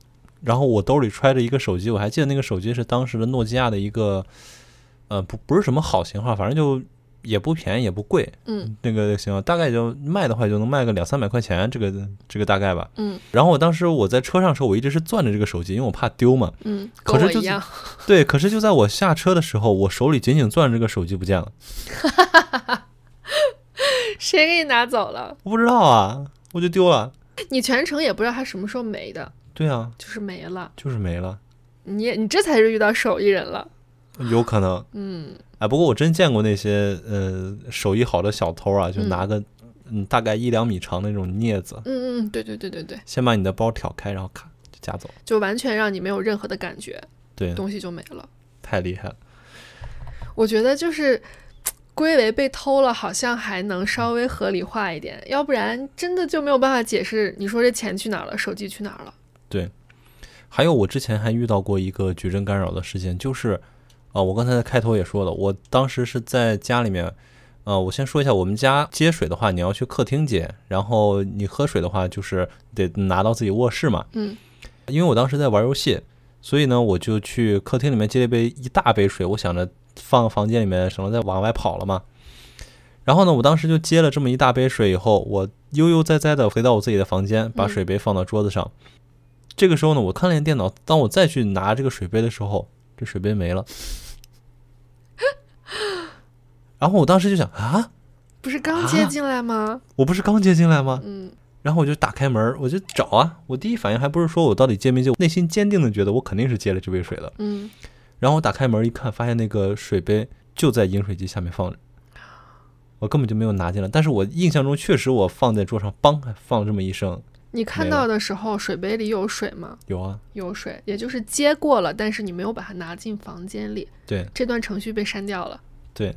然后我兜里揣着一个手机，我还记得那个手机是当时的诺基亚的一个，呃，不不是什么好型号，反正就也不便宜也不贵， 嗯， 那个型号大概就卖的话就能卖个两三百块钱，这个这个大概吧， 嗯。 然后我当时我在车上的时候，我一直是攥着这个手机，因为我怕丢嘛， 嗯， 可是就跟我一样。 对，可是就在我下车的时候，我手里紧紧攥着这个手机不见了， 谁给你拿走了？ 我不知道啊，我就丢了。 你全程也不知道它什么时候没的。 对啊， 就是没了， 就是没了。 你也你这才是遇到手艺人了。 有可能。 嗯， 哎，不过我真见过那些呃手艺好的小偷啊，就拿个 嗯, 嗯大概一两米长的那种镊子， 嗯嗯，对对对对对， 先把你的包挑开，然后咔就夹走， 就完全让你没有任何的感觉， 对， 东西就没了， 太厉害了。 我觉得就是归为被偷了，好像还能稍微合理化一点，要不然真的就没有办法解释。你说这钱去哪儿了，手机去哪儿了？ 对，还有我之前还遇到过一个矩阵干扰的事件，就是啊、呃，我刚才在开头也说了，我当时是在家里面，呃，我先说一下，我们家接水的话，你要去客厅接，然后你喝水的话，就是得拿到自己卧室嘛。 嗯。 因为我当时在玩游戏，所以呢，我就去客厅里面接了一杯一大杯水，我想着放房间里面，省得再往外跑了嘛。然后呢，我当时就接了这么一大杯水以后，我悠悠哉哉的回到我自己的房间，把水杯放到桌子上。嗯、这个时候呢，我看了眼电脑，当我再去拿这个水杯的时候，这水杯没了。然后我当时就想啊， 不是刚接进来吗？ 啊、我不是刚接进来吗？ 嗯。 然后我就打开门，我就找啊，我第一反应还不是说我到底接没接，内心坚定的觉得我肯定是接了这杯水的。 嗯。 然后我打开门一看，发现那个水杯就在饮水机下面放着，我根本就没有拿进来。但是我印象中确实我放在桌上，梆，还放了这么一声。 你看到的时候，水杯里有水吗？ 有啊， 有水，也就是接过了，但是你没有把它拿进房间里。 对， 这段程序被删掉了。 对，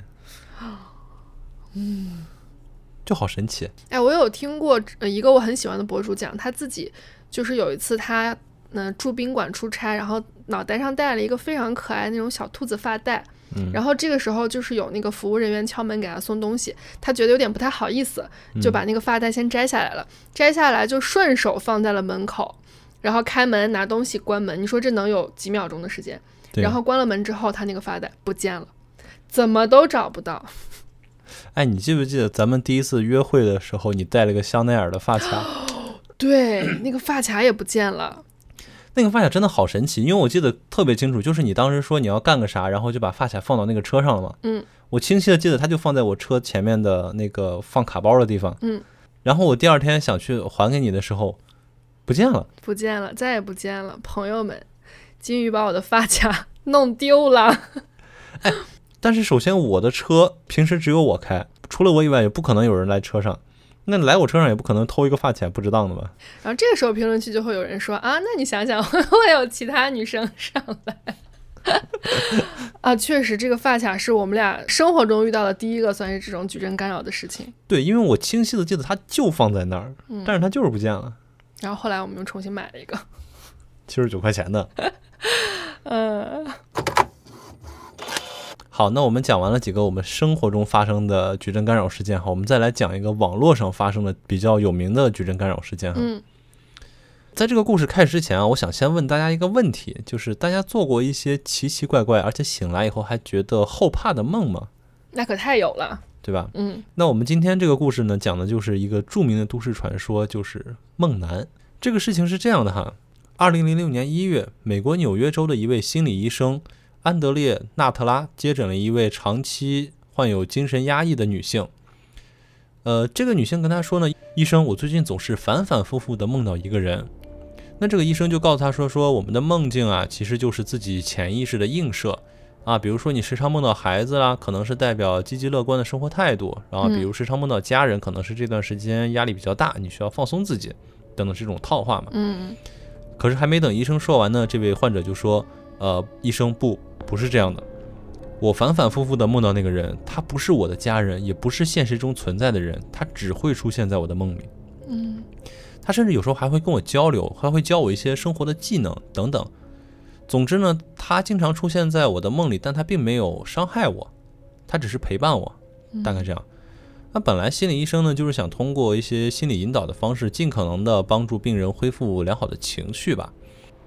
嗯， 就好神奇。 哎，我有听过一个我很喜欢的博主讲，他自己就是有一次他嗯、呃、住宾馆出差，然后脑袋上戴了一个非常可爱那种小兔子发带。 嗯、 然后这个时候就是有那个服务人员敲门给他送东西，他觉得有点不太好意思，就把那个发带先摘下来了、嗯、摘下来就顺手放在了门口，然后开门拿东西关门，你说这能有几秒钟的时间？然后关了门之后他那个发带不见了，怎么都找不到。 哎，你记不记得咱们第一次约会的时候你戴了个香奈儿的发卡？ 对，那个发卡也不见了。 那个发卡真的好神奇，因为我记得特别清楚，就是你当时说你要干个啥，然后就把发卡放到那个车上了嘛。 嗯， 我清晰的记得它就放在我车前面的那个放卡包的地方。 嗯， 然后我第二天想去还给你的时候，不见了， 不见了，再也不见了。朋友们，金鱼把我的发卡弄丢了。 哎，但是首先我的车平时只有我开，除了我以外也不可能有人来车上。那来我车上也不可能偷一个发卡不值当的吧？ 然后这个时候评论区就会有人说啊，那你想想会不会有其他女生上来？啊，确实这个发卡是我们俩生活中遇到的第一个算是这种矩阵干扰的事情。 对，因为我清晰的记得它就放在那儿、嗯、但是它就是不见了。 然后后来我们又重新买了一个七十九块钱的。 呃好，那我们讲完了几个我们生活中发生的矩阵干扰事件哈，我们再来讲一个网络上发生的比较有名的矩阵干扰事件哈。 嗯， 在这个故事开始之前啊，我想先问大家一个问题，就是大家做过一些奇奇怪怪而且醒来以后还觉得后怕的梦吗？ 那可太有了， 对吧？ 嗯， 那我们今天这个故事呢，讲的就是一个著名的都市传说，就是梦男。这个事情是这样的哈，二零零六年一月，美国纽约州的一位心理医生安德烈·纳特拉接诊了一位长期患有精神压抑的女性。呃，这个女性跟他说呢，医生，我最近总是反反复复的梦到一个人。那这个医生就告诉他说，说我们的梦境啊，其实就是自己潜意识的映射啊。比如说你时常梦到孩子啦，可能是代表积极乐观的生活态度；然后比如时常梦到家人，可能是这段时间压力比较大，你需要放松自己，等等这种套话嘛。 嗯。 可是还没等医生说完呢，这位患者就说，呃，医生不。不是这样的，我反反复复的梦到那个人，他不是我的家人，也不是现实中存在的人，他只会出现在我的梦里。 嗯， 他甚至有时候还会跟我交流，还会教我一些生活的技能等等。总之呢，他经常出现在我的梦里，但他并没有伤害我，他只是陪伴我，大概这样。那本来心理医生呢，就是想通过一些心理引导的方式，尽可能的帮助病人恢复良好的情绪吧。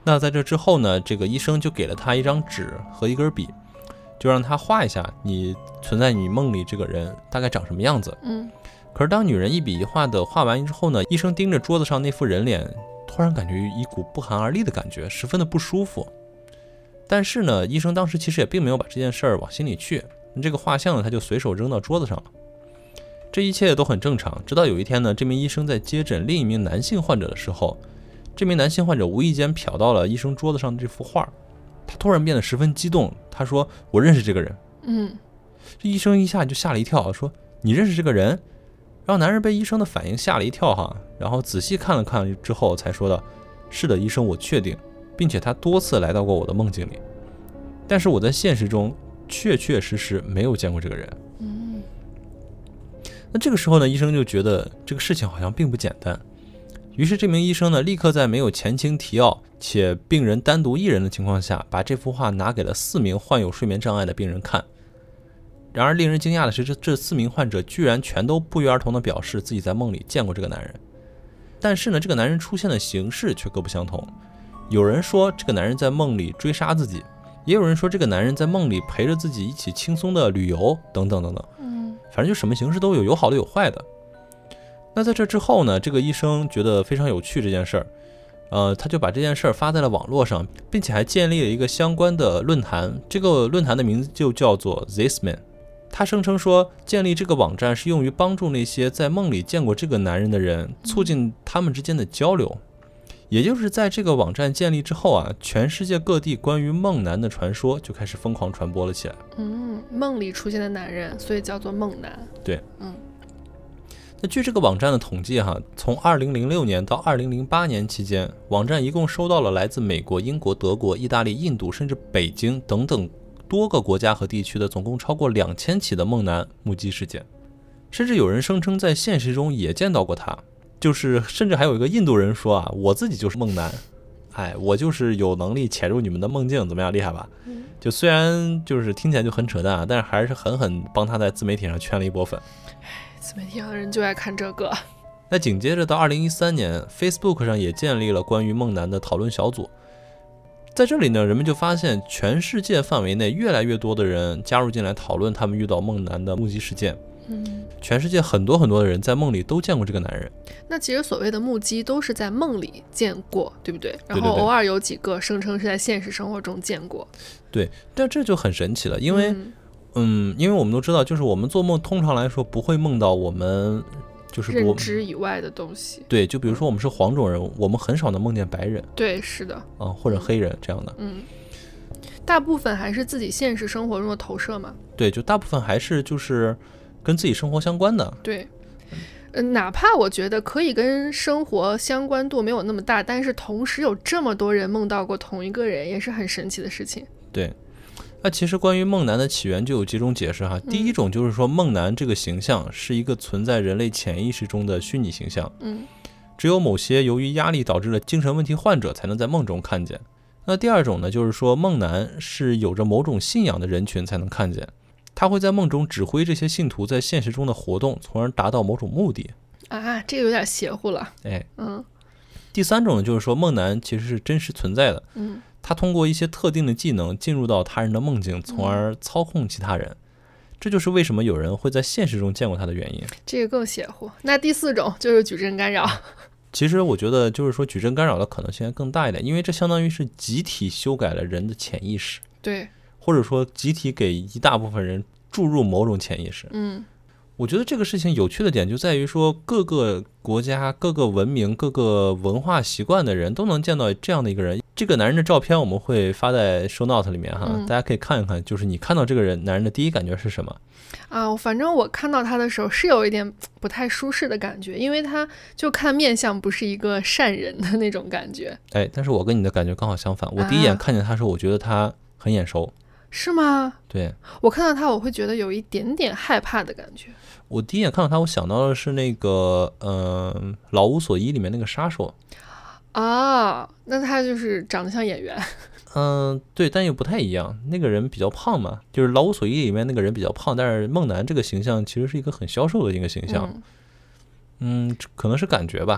那在这之后呢，这个医生就给了他一张纸和一根笔，就让他画一下你存在你梦里这个人大概长什么样子。 嗯， 可是当女人一笔一画的画完之后呢，医生盯着桌子上那副人脸，突然感觉一股不寒而栗的感觉，十分的不舒服。但是呢，医生当时其实也并没有把这件事儿往心里去，这个画像呢，他就随手扔到桌子上了。这一切都很正常，直到有一天呢，这名医生在接诊另一名男性患者的时候，这名男性患者无意间瞟到了医生桌子上的这幅画，他突然变得十分激动，他说：“我认识这个人。” 嗯， 这医生一下就吓了一跳，说：“你认识这个人？”然后男人被医生的反应吓了一跳哈，然后仔细看了看之后才说道：“是的，医生，我确定，并且他多次来到过我的梦境里，但是我在现实中确确实实没有见过这个人。” 嗯， 那这个时候呢，医生就觉得这个事情好像并不简单，于是这名医生呢，立刻在没有前情提要且病人单独一人的情况下，把这幅画拿给了四名患有睡眠障碍的病人看。然而令人惊讶的是，这这四名患者居然全都不约而同地表示自己在梦里见过这个男人。但是呢，这个男人出现的形式却各不相同。有人说这个男人在梦里追杀自己，也有人说这个男人在梦里陪着自己一起轻松的旅游，等等等等。 嗯， 反正就什么形式都有，有好的有坏的。那在这之后呢，这个医生觉得非常有趣这件事儿，呃，他就把这件事儿发在了网络上，并且还建立了一个相关的论坛。这个论坛的名字就叫做 This Man。他声称说，建立这个网站是用于帮助那些在梦里见过这个男人的人，促进他们之间的交流。也就是在这个网站建立之后啊，全世界各地关于梦男的传说就开始疯狂传播了起来。 嗯，梦里出现的男人，所以叫做梦男。 对， 嗯。 那据这个网站的统计哈，从二零零六年到二零零八年期间，网站一共收到了来自美国、英国、德国、意大利、印度，甚至北京等等多个国家和地区的总共超过两千起的梦男目击事件，甚至有人声称在现实中也见到过他，就是甚至还有一个印度人说啊，我自己就是梦男，哎，我就是有能力潜入你们的梦境，怎么样，厉害吧？就虽然就是听起来就很扯淡啊，但是还是狠狠帮他在自媒体上圈了一波粉。 自媒体上的人就爱看这个。 那紧接着到二零一三年 Facebook 上也建立了关于梦男的讨论小组。在这里呢，人们就发现全世界范围内越来越多的人加入进来讨论他们遇到梦男的目击事件。 嗯， 全世界很多很多的人在梦里都见过这个男人。 那其实所谓的目击都是在梦里见过，对不对？然后对对对， 偶尔有几个声称是在现实生活中见过。 对，但这就很神奇了，因为嗯嗯，因为我们都知道，就是我们做梦通常来说不会梦到我们就是认我知以外的东西。 对，就比如说我们是黄种人，我们很少能梦见白人对，是的。 啊，或者黑人这样的。 嗯，大部分还是自己现实生活中的投射嘛。 对，就大部分还是就是跟自己生活相关的。 对，呃，哪怕我觉得可以跟生活相关度没有那么大，但是同时有这么多人梦到过同一个人，也是很神奇的事情。 对，那其实关于梦男的起源就有几种解释哈。第一种就是说，梦男这个形象是一个存在人类潜意识中的虚拟形象， 嗯， 只有某些由于压力导致的精神问题患者才能在梦中看见。那第二种呢，就是说梦男是有着某种信仰的人群才能看见，他会在梦中指挥这些信徒在现实中的活动，从而达到某种目的。 啊，这个有点邪乎了。 哎， 嗯第三种呢，就是说梦男其实是真实存在的， 嗯， 他通过一些特定的技能进入到他人的梦境，从而操控其他人。这就是为什么有人会在现实中见过他的原因。 这个更邪乎。那第四种就是矩阵干扰。 其实我觉得就是说矩阵干扰的可能性更大一点，因为这相当于是集体修改了人的潜意识， 对， 或者说集体给一大部分人注入某种潜意识。 嗯， 我觉得这个事情有趣的点就在于说，各个国家、各个文明、各个文化习惯的人都能见到这样的一个人。这个男人的照片我们会发在 show note 里面哈， 嗯、 大家可以看一看，就是你看到这个人男人的第一感觉是什么啊？反正我看到他的时候是有一点不太舒适的感觉，因为他就看面相不是一个善人的那种感觉。 哎，但是我跟你的感觉刚好相反，我第一眼看见他的时候，我觉得他很眼熟。 是吗？ 对， 我看到他我会觉得有一点点害怕的感觉。 我第一眼看到他，我想到的是那个嗯、呃，老无所依里面那个杀手啊，那他就是长得像演员。 嗯，对，但又不太一样。那个人比较胖嘛，就是老无所依里面那个人比较胖，但是梦男这个形象其实是一个很消瘦的一个形象。嗯, 嗯，可能是感觉吧。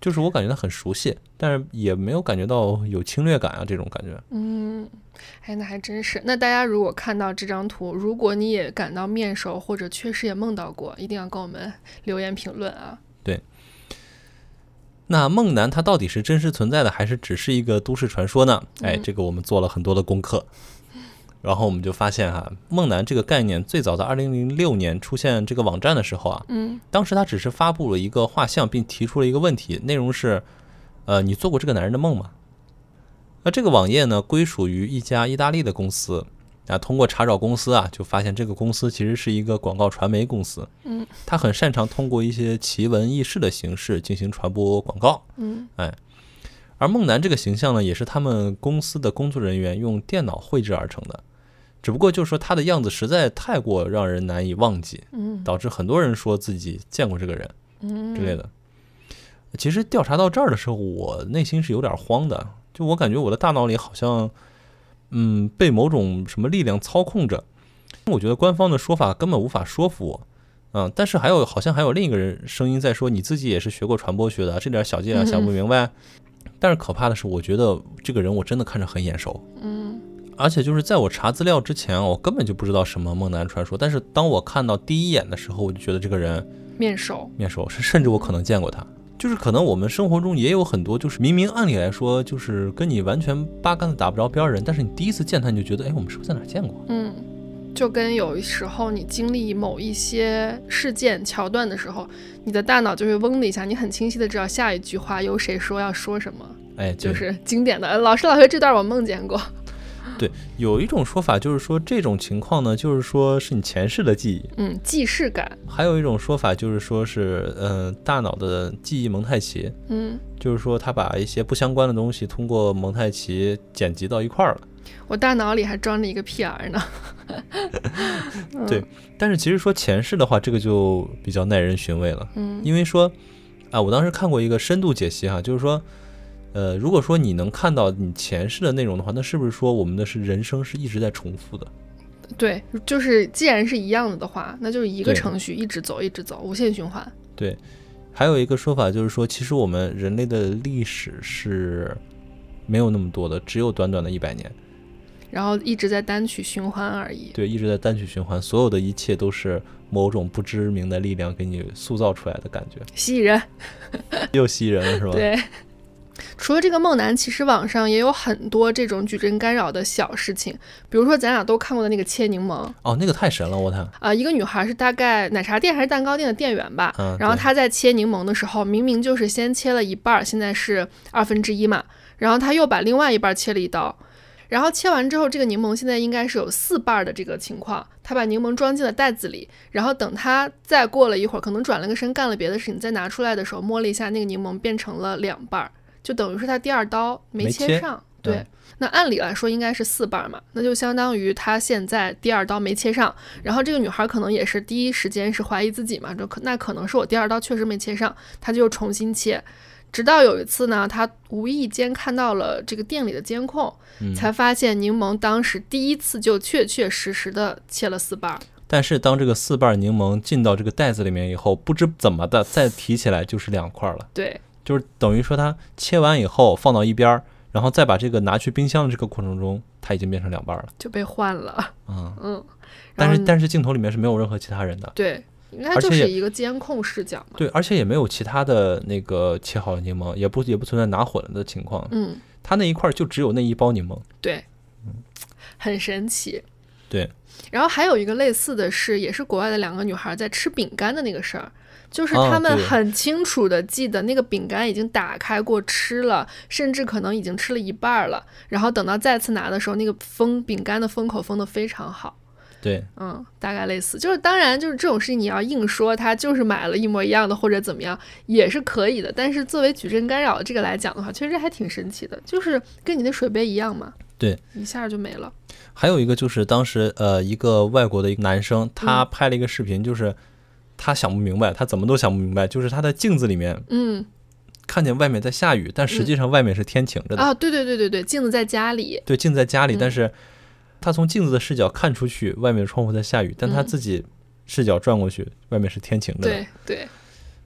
就是我感觉他很熟悉，但是也没有感觉到有侵略感啊这种感觉。 嗯，哎，那还真是。那大家如果看到这张图，如果你也感到面熟，或者确实也梦到过，一定要跟我们留言评论啊。 对。那梦男他到底是真实存在的，还是只是一个都市传说呢？哎，这个我们做了很多的功课，然后我们就发现哈，梦男这个概念最早在二零零六年出现这个网站的时候啊， 嗯， 当时他只是发布了一个画像，并提出了一个问题，内容是，呃，你做过这个男人的梦吗？那这个网页呢，归属于一家意大利的公司。啊，通过查找公司啊，就发现这个公司其实是一个广告传媒公司。 嗯， 他很擅长通过一些奇闻异事的形式进行传播广告。 嗯， 哎，而梦男这个形象呢，也是他们公司的工作人员用电脑绘制而成的。只不过就是说他的样子实在太过让人难以忘记， 嗯， 导致很多人说自己见过这个人， 嗯之类的。其实调查到这儿的时候，我内心是有点慌的，就我感觉我的大脑里好像。嗯，被某种什么力量操控着，我觉得官方的说法根本无法说服我。嗯，但是还有好像还有另一个人声音在说，你自己也是学过传播学的，这点小伎俩想不明白。嗯、但是可怕的是，我觉得这个人我真的看着很眼熟。 嗯， 而且就是在我查资料之前，我根本就不知道什么梦男传说。但是当我看到第一眼的时候，我就觉得这个人面熟， 面熟，甚至我可能见过他。就是可能我们生活中也有很多，就是明明按理来说就是跟你完全八竿子打不着边人，但是你第一次见他你就觉得，哎，我们是不是在哪儿见过？ 嗯，就跟有时候你经历某一些事件桥段的时候，你的大脑就会嗡的一下，你很清晰的知道下一句话由谁说要说什么。 哎， 就是经典的老师老师这段我梦见过。 对，有一种说法就是说这种情况呢，就是说是你前世的记忆， 嗯，既视感。 还有一种说法就是说是，呃，大脑的记忆蒙太奇， 嗯， 就是说他把一些不相关的东西通过蒙太奇剪辑到一块儿了。 我大脑里还装着一个 P R 呢。 对，但是其实说前世的话，这个就比较耐人寻味了。 嗯， 因为说，啊，我当时看过一个深度解析哈，就是说。呃，如果说你能看到你前世的内容的话，那是不是说我们的是人生是一直在重复的？ 对，就是既然是一样的的话，那就是一个程序一直走一直走，无限循环。 对，还有一个说法就是说，其实我们人类的历史是没有那么多的，只有短短的一百年， 然后一直在单曲循环而已。 对，一直在单曲循环，所有的一切都是某种不知名的力量给你塑造出来的感觉。 蜥蜴人， 又蜥蜴人了是吧？ 对。除了这个梦男，其实网上也有很多这种矩阵干扰的小事情，比如说咱俩都看过的那个切柠檬。 哦，那个太神了，我看啊、 呃，一个女孩是大概奶茶店还是蛋糕店的店员吧， 嗯、 然后她在切柠檬的时候，明明就是先切了一半，现在是二分之一嘛，然后她又把另外一半切了一刀，然后切完之后，这个柠檬现在应该是有四瓣的这个情况，她把柠檬装进了袋子里，然后等她再过了一会儿，可能转了个身干了别的事情，再拿出来的时候摸了一下，那个柠檬变成了两瓣。就等于是他第二刀没切上， 没切对、 嗯， 那按理来说应该是四瓣嘛，那就相当于他现在第二刀没切上，然后这个女孩可能也是第一时间是怀疑自己嘛，就可那可能是我第二刀确实没切上，她就重新切，直到有一次呢，她无意间看到了这个店里的监控、嗯，才发现柠檬当时第一次就确确实实的切了四瓣。 但是当这个四瓣柠檬进到这个袋子里面以后，不知怎么的再提起来就是两块了。 对。 就是等于说它切完以后放到一边，然后再把这个拿去冰箱的这个过程中，它已经变成两瓣了， 就被换了。 嗯嗯， 但是但是镜头里面是没有任何其他人的。 对，应该就是一个监控视角嘛。 对，而且也没有其他的那个切好的柠檬，也不也不存在拿混了的情况。 嗯， 它那一块就只有那一包柠檬。 对，嗯，很神奇。 对。 然后还有一个类似的是，也是国外的两个女孩在吃饼干的那个事儿。就是他们很清楚的记得那个饼干已经打开过吃了，甚至可能已经吃了一半了，然后等到再次拿的时候，那个封饼干的封口封得非常好。 对， 嗯，大概类似，就是当然就是这种事情你要硬说他就是买了一模一样的或者怎么样也是可以的，但是作为矩阵干扰这个来讲的话，确实还挺神奇的，就是跟你的水杯一样嘛。 对， 一下就没了。 还有一个就是当时呃一个外国的一个男生，他拍了一个视频，就是、嗯他想不明白，他怎么都想不明白，就是他在镜子里面， 嗯， 看见外面在下雨，但实际上外面是天晴着的。 啊、嗯哦，对对对对对，镜子在家里， 对，镜子在家里、 嗯， 但是他从镜子的视角看出去，外面的窗户在下雨，但他自己视角转过去，嗯、外面是天晴着的。 对对，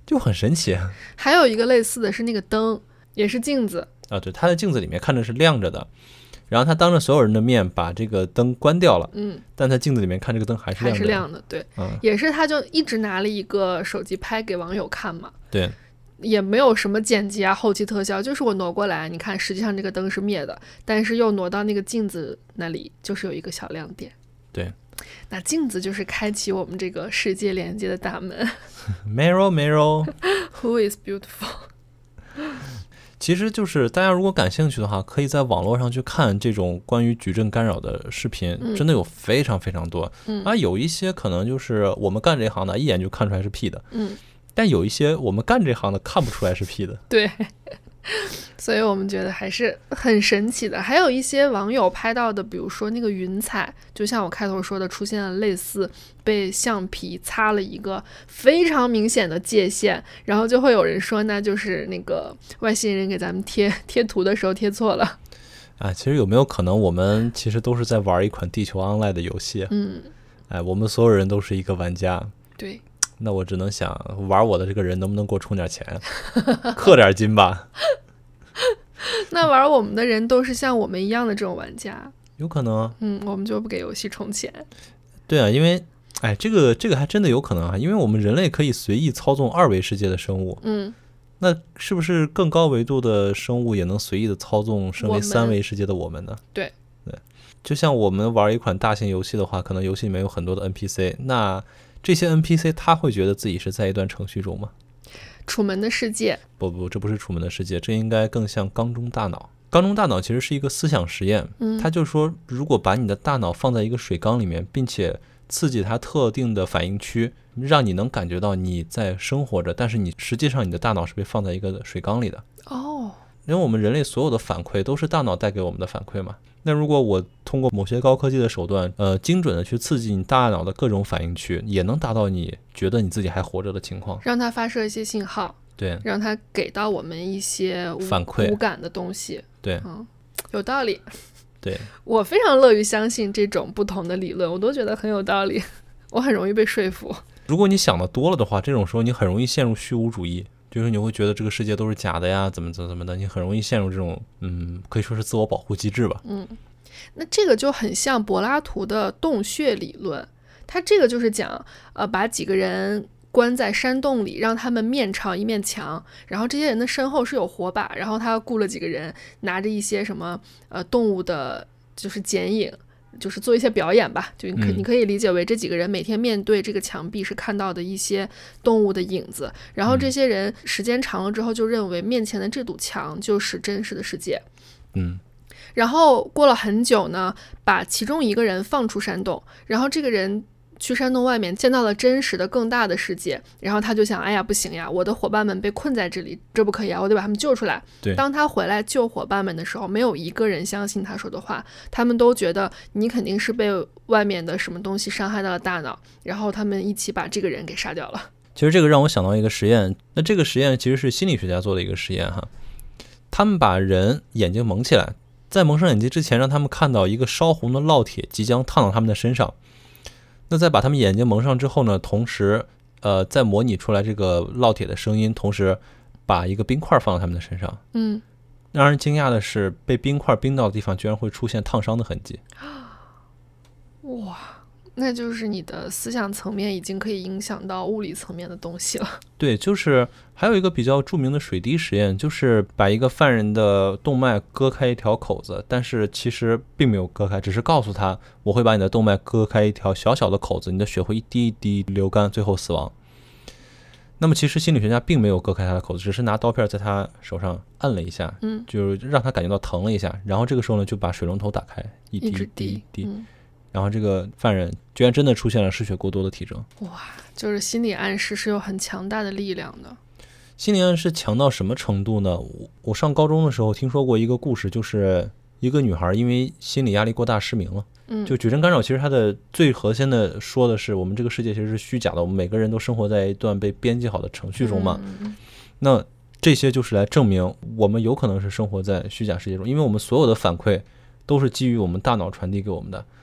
就很神奇还有一个类似的是那个灯，也是镜子啊，对，他在镜子里面看着是亮着的，然后他当着所有人的面把这个灯关掉了， 嗯， 但在镜子里面看这个灯还是亮着的， 还是亮的，对、嗯，也是他就一直拿了一个手机拍给网友看嘛， 对， 也没有什么剪辑啊后期特效，就是我挪过来，你看实际上这个灯是灭的，但是又挪到那个镜子那里，就是有一个小亮点。 对， 那镜子就是开启我们这个世界连接的大门。 Mirror Mirror Who is beautiful 其实就是大家如果感兴趣的话，可以在网络上去看这种关于矩阵干扰的视频、嗯、真的有非常非常多、嗯、啊，有一些可能就是我们干这行的一眼就看出来是 P 的， 嗯， 但有一些我们干这行的看不出来是 P 的。 对，所以我们觉得还是很神奇的。还有一些网友拍到的，比如说那个云彩，就像我开头说的，出现了类似被橡皮擦了一个非常明显的界限，然后就会有人说那就是那个外星人给咱们贴贴图的时候贴错了啊。其实有没有可能我们其实都是在玩一款地球 online 的游戏？ 嗯， 哎，我们所有人都是一个玩家。 对， 那我只能想玩我的这个人能不能给我充点钱氪点金吧。 那玩我们的人都是像我们一样的这种玩家， 有可能。 嗯，我们就不给游戏充钱。 对啊，因为哎，这个这个还真的有可能啊，因为我们人类可以随意操纵二维世界的生物， 嗯， 那是不是更高维度的生物也能随意的操纵身为三维世界的我们呢？ 对对，就像我们玩一款大型游戏的话，可能游戏里面有很多的 N P C， 那这些 N P C 他会觉得自己是在一段程序中吗？ 楚门的世界？ 不不，这不是楚门的世界，这应该更像缸中大脑。缸中大脑其实是一个思想实验， 嗯， 它就是说，如果把你的大脑放在一个水缸里面，并且刺激它特定的反应区，让你能感觉到你在生活着，但是你实际上你的大脑是被放在一个水缸里的。 哦， 因为我们人类所有的反馈都是大脑带给我们的反馈嘛。那如果我通过某些高科技的手段，呃，精准的去刺激你大脑的各种反应区，也能达到你觉得你自己还活着的情况， 让它发射一些信号， 对， 让它给到我们一些反馈无感的东西， 对， 嗯，有道理。 对， 我非常乐于相信这种不同的理论，我都觉得很有道理，我很容易被说服。 如果你想的多了的话，这种时候你很容易陷入虚无主义，就是你会觉得这个世界都是假的呀，怎么怎么怎么的，你很容易陷入这种，嗯，可以说是自我保护机制吧。 嗯，那这个就很像柏拉图的洞穴理论，他这个就是讲，呃，把几个人关在山洞里，让他们面朝一面墙，然后这些人的身后是有火把，然后他雇了几个人拿着一些什么呃动物的，就是剪影。就是做一些表演吧，就你可、嗯、你可以理解为这几个人每天面对这个墙壁是看到的一些动物的影子，然后这些人时间长了之后就认为面前的这堵墙就是真实的世界。 嗯， 然后过了很久呢，把其中一个人放出山洞，然后这个人去山洞外面见到了真实的更大的世界，然后他就想，哎呀不行呀，我的伙伴们被困在这里，这不可以啊，我得把他们救出来。 对， 当他回来救伙伴们的时候，没有一个人相信他说的话，他们都觉得你肯定是被外面的什么东西伤害到了大脑，然后他们一起把这个人给杀掉了。 其实这个让我想到一个实验，那这个实验其实是心理学家做的一个实验哈，他们把人眼睛蒙起来，在蒙上眼睛之前让他们看到一个烧红的烙铁即将烫到他们的身上，那在把他们眼睛蒙上之后呢，同时呃再模拟出来这个烙铁的声音，同时把一个冰块放到他们的身上。 嗯， 让人惊讶的是，被冰块冰到的地方居然会出现烫伤的痕迹。 哇，那就是你的思想层面已经可以影响到物理层面的东西了。 对，就是还有一个比较著名的水滴实验，就是把一个犯人的动脉割开一条口子，但是其实并没有割开，只是告诉他我会把你的动脉割开一条小小的口子，你的血会一滴一滴流干，最后死亡。那么其实心理学家并没有割开他的口子，只是拿刀片在他手上按了一下， 嗯， 就是让他感觉到疼了一下，然后这个时候呢就把水龙头打开，一滴一滴一滴、嗯，然后这个犯人居然真的出现了失血过多的体征。 哇，就是心理暗示是有很强大的力量的。 心理暗示强到什么程度呢？我上高中的时候听说过一个故事，就是一个女孩因为心理压力过大失明了。 嗯， 就矩阵干扰其实它的最核心的说的是我们这个世界其实是虚假的，我们每个人都生活在一段被编辑好的程序中嘛。 嗯、 那这些就是来证明我们有可能是生活在虚假世界中，因为我们所有的反馈都是基于我们大脑传递给我们的。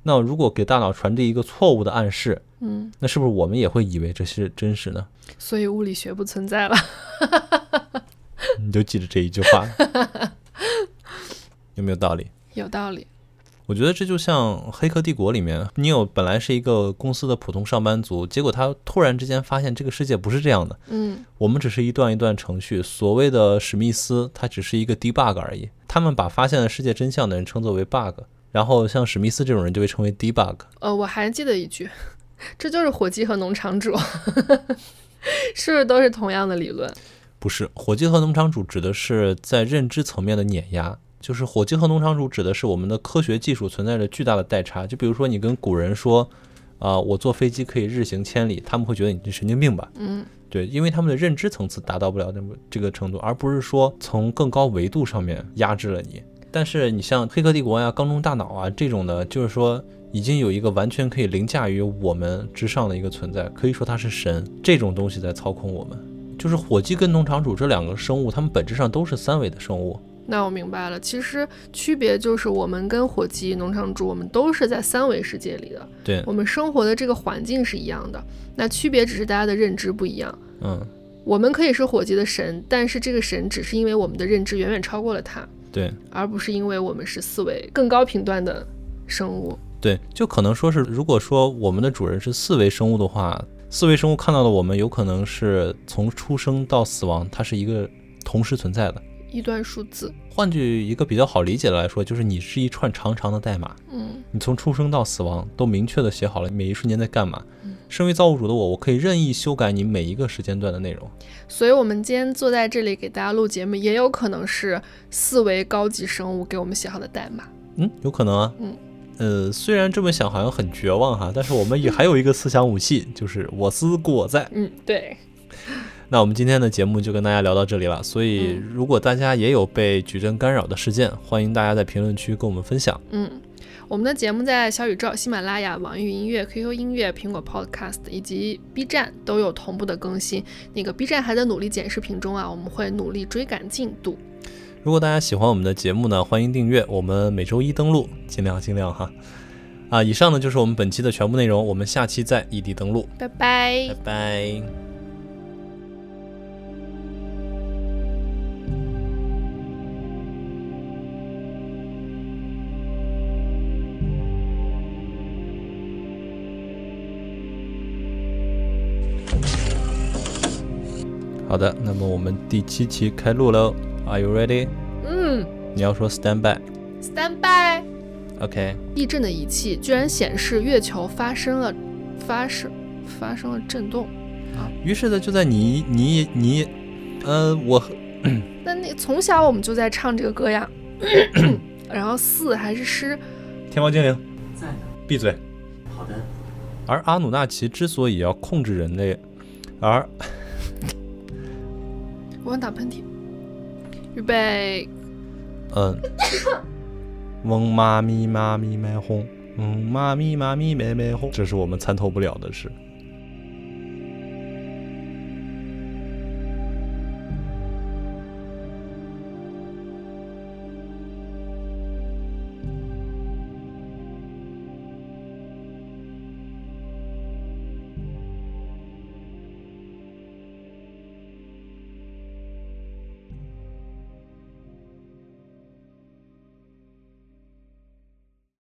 那如果给大脑传递一个错误的暗示， 嗯， 那是不是我们也会以为这是真实呢？ 所以物理学不存在了。 你就记着这一句话，有没有道理？ 有道理。 我觉得这就像《黑客帝国》里面，尼欧本来是一个公司的普通上班族，结果他突然之间发现这个世界不是这样的。 嗯， 我们只是一段一段程序，所谓的史密斯，他只是一个 debug 而已。他们把发现了世界真相的人称作为 bug， 然后像史密斯这种人就被称为 debug。 呃，我还记得一句，这就是火鸡和农场主，是不是都是同样的理论？ 不是，火鸡和农场主指的是在认知层面的碾压。就是火鸡和农场主指的是我们的科学技术存在着巨大的代差，就比如说你跟古人说，啊、呃，我坐飞机可以日行千里，他们会觉得你是神经病吧？ 嗯， 对，因为他们的认知层次达到不了那么这个程度，而不是说从更高维度上面压制了你。但是你像黑客帝国呀、缸中大脑啊这种的，就是说已经有一个完全可以凌驾于我们之上的一个存在，可以说它是神，这种东西在操控我们。就是火鸡跟农场主这两个生物，它们本质上都是三维的生物。 那我明白了，其实区别就是我们跟火鸡、农场主，我们都是在三维世界里的， 对， 我们生活的这个环境是一样的，那区别只是大家的认知不一样。 嗯， 我们可以是火鸡的神，但是这个神只是因为我们的认知远远超过了它， 对， 而不是因为我们是四维更高频段的生物。 对，就可能说是，如果说我们的主人是四维生物的话，四维生物看到的我们有可能是从出生到死亡，它是一个同时存在的一段数字。 换句一个比较好理解的来说，就是你是一串长长的代码， 嗯， 你从出生到死亡都明确的写好了每一瞬间在干嘛。 嗯， 身为造物主的我，我可以任意修改你每一个时间段的内容。 所以我们今天坐在这里给大家录节目，也有可能是四维高级生物给我们写好的代码。 嗯，有可能啊。 嗯， 呃，虽然这么想好像很绝望哈，但是我们也还有一个思想武器，就是我思故我在。 嗯，对。 那我们今天的节目就跟大家聊到这里了，所以如果大家也有被矩阵干扰的事件，欢迎大家在评论区跟我们分享。 嗯，我们的节目在小宇宙、喜马拉雅、网易云音乐、Q Q 音乐、苹果 Podcast 以及 B 站都有同步的更新。那个 B 站还在努力剪视频中啊，我们会努力追赶进度。 如果大家喜欢我们的节目呢，欢迎订阅，我们每周一登录，尽量尽量哈。啊，以上呢就是我们本期的全部内容，我们下期再异地登录， 拜拜， 拜拜。好的，那么我们第七期开录喽 ，Are you ready？ 嗯， 你要说 stand by。Stand by。OK。地震的仪器居然显示月球发生了发生发生了震动啊！ 于是呢，就在你你你，呃，我， 那那从小我们就在唱这个歌呀，然后四还是诗。 天猫精灵在呢。 闭嘴。 好的。 而阿努纳奇之所以要控制人类，而我想打喷嚏，预备。 嗯。嗡妈咪妈咪麦哄，嗡妈咪妈咪妹妹哄，这是我们参透不了的事。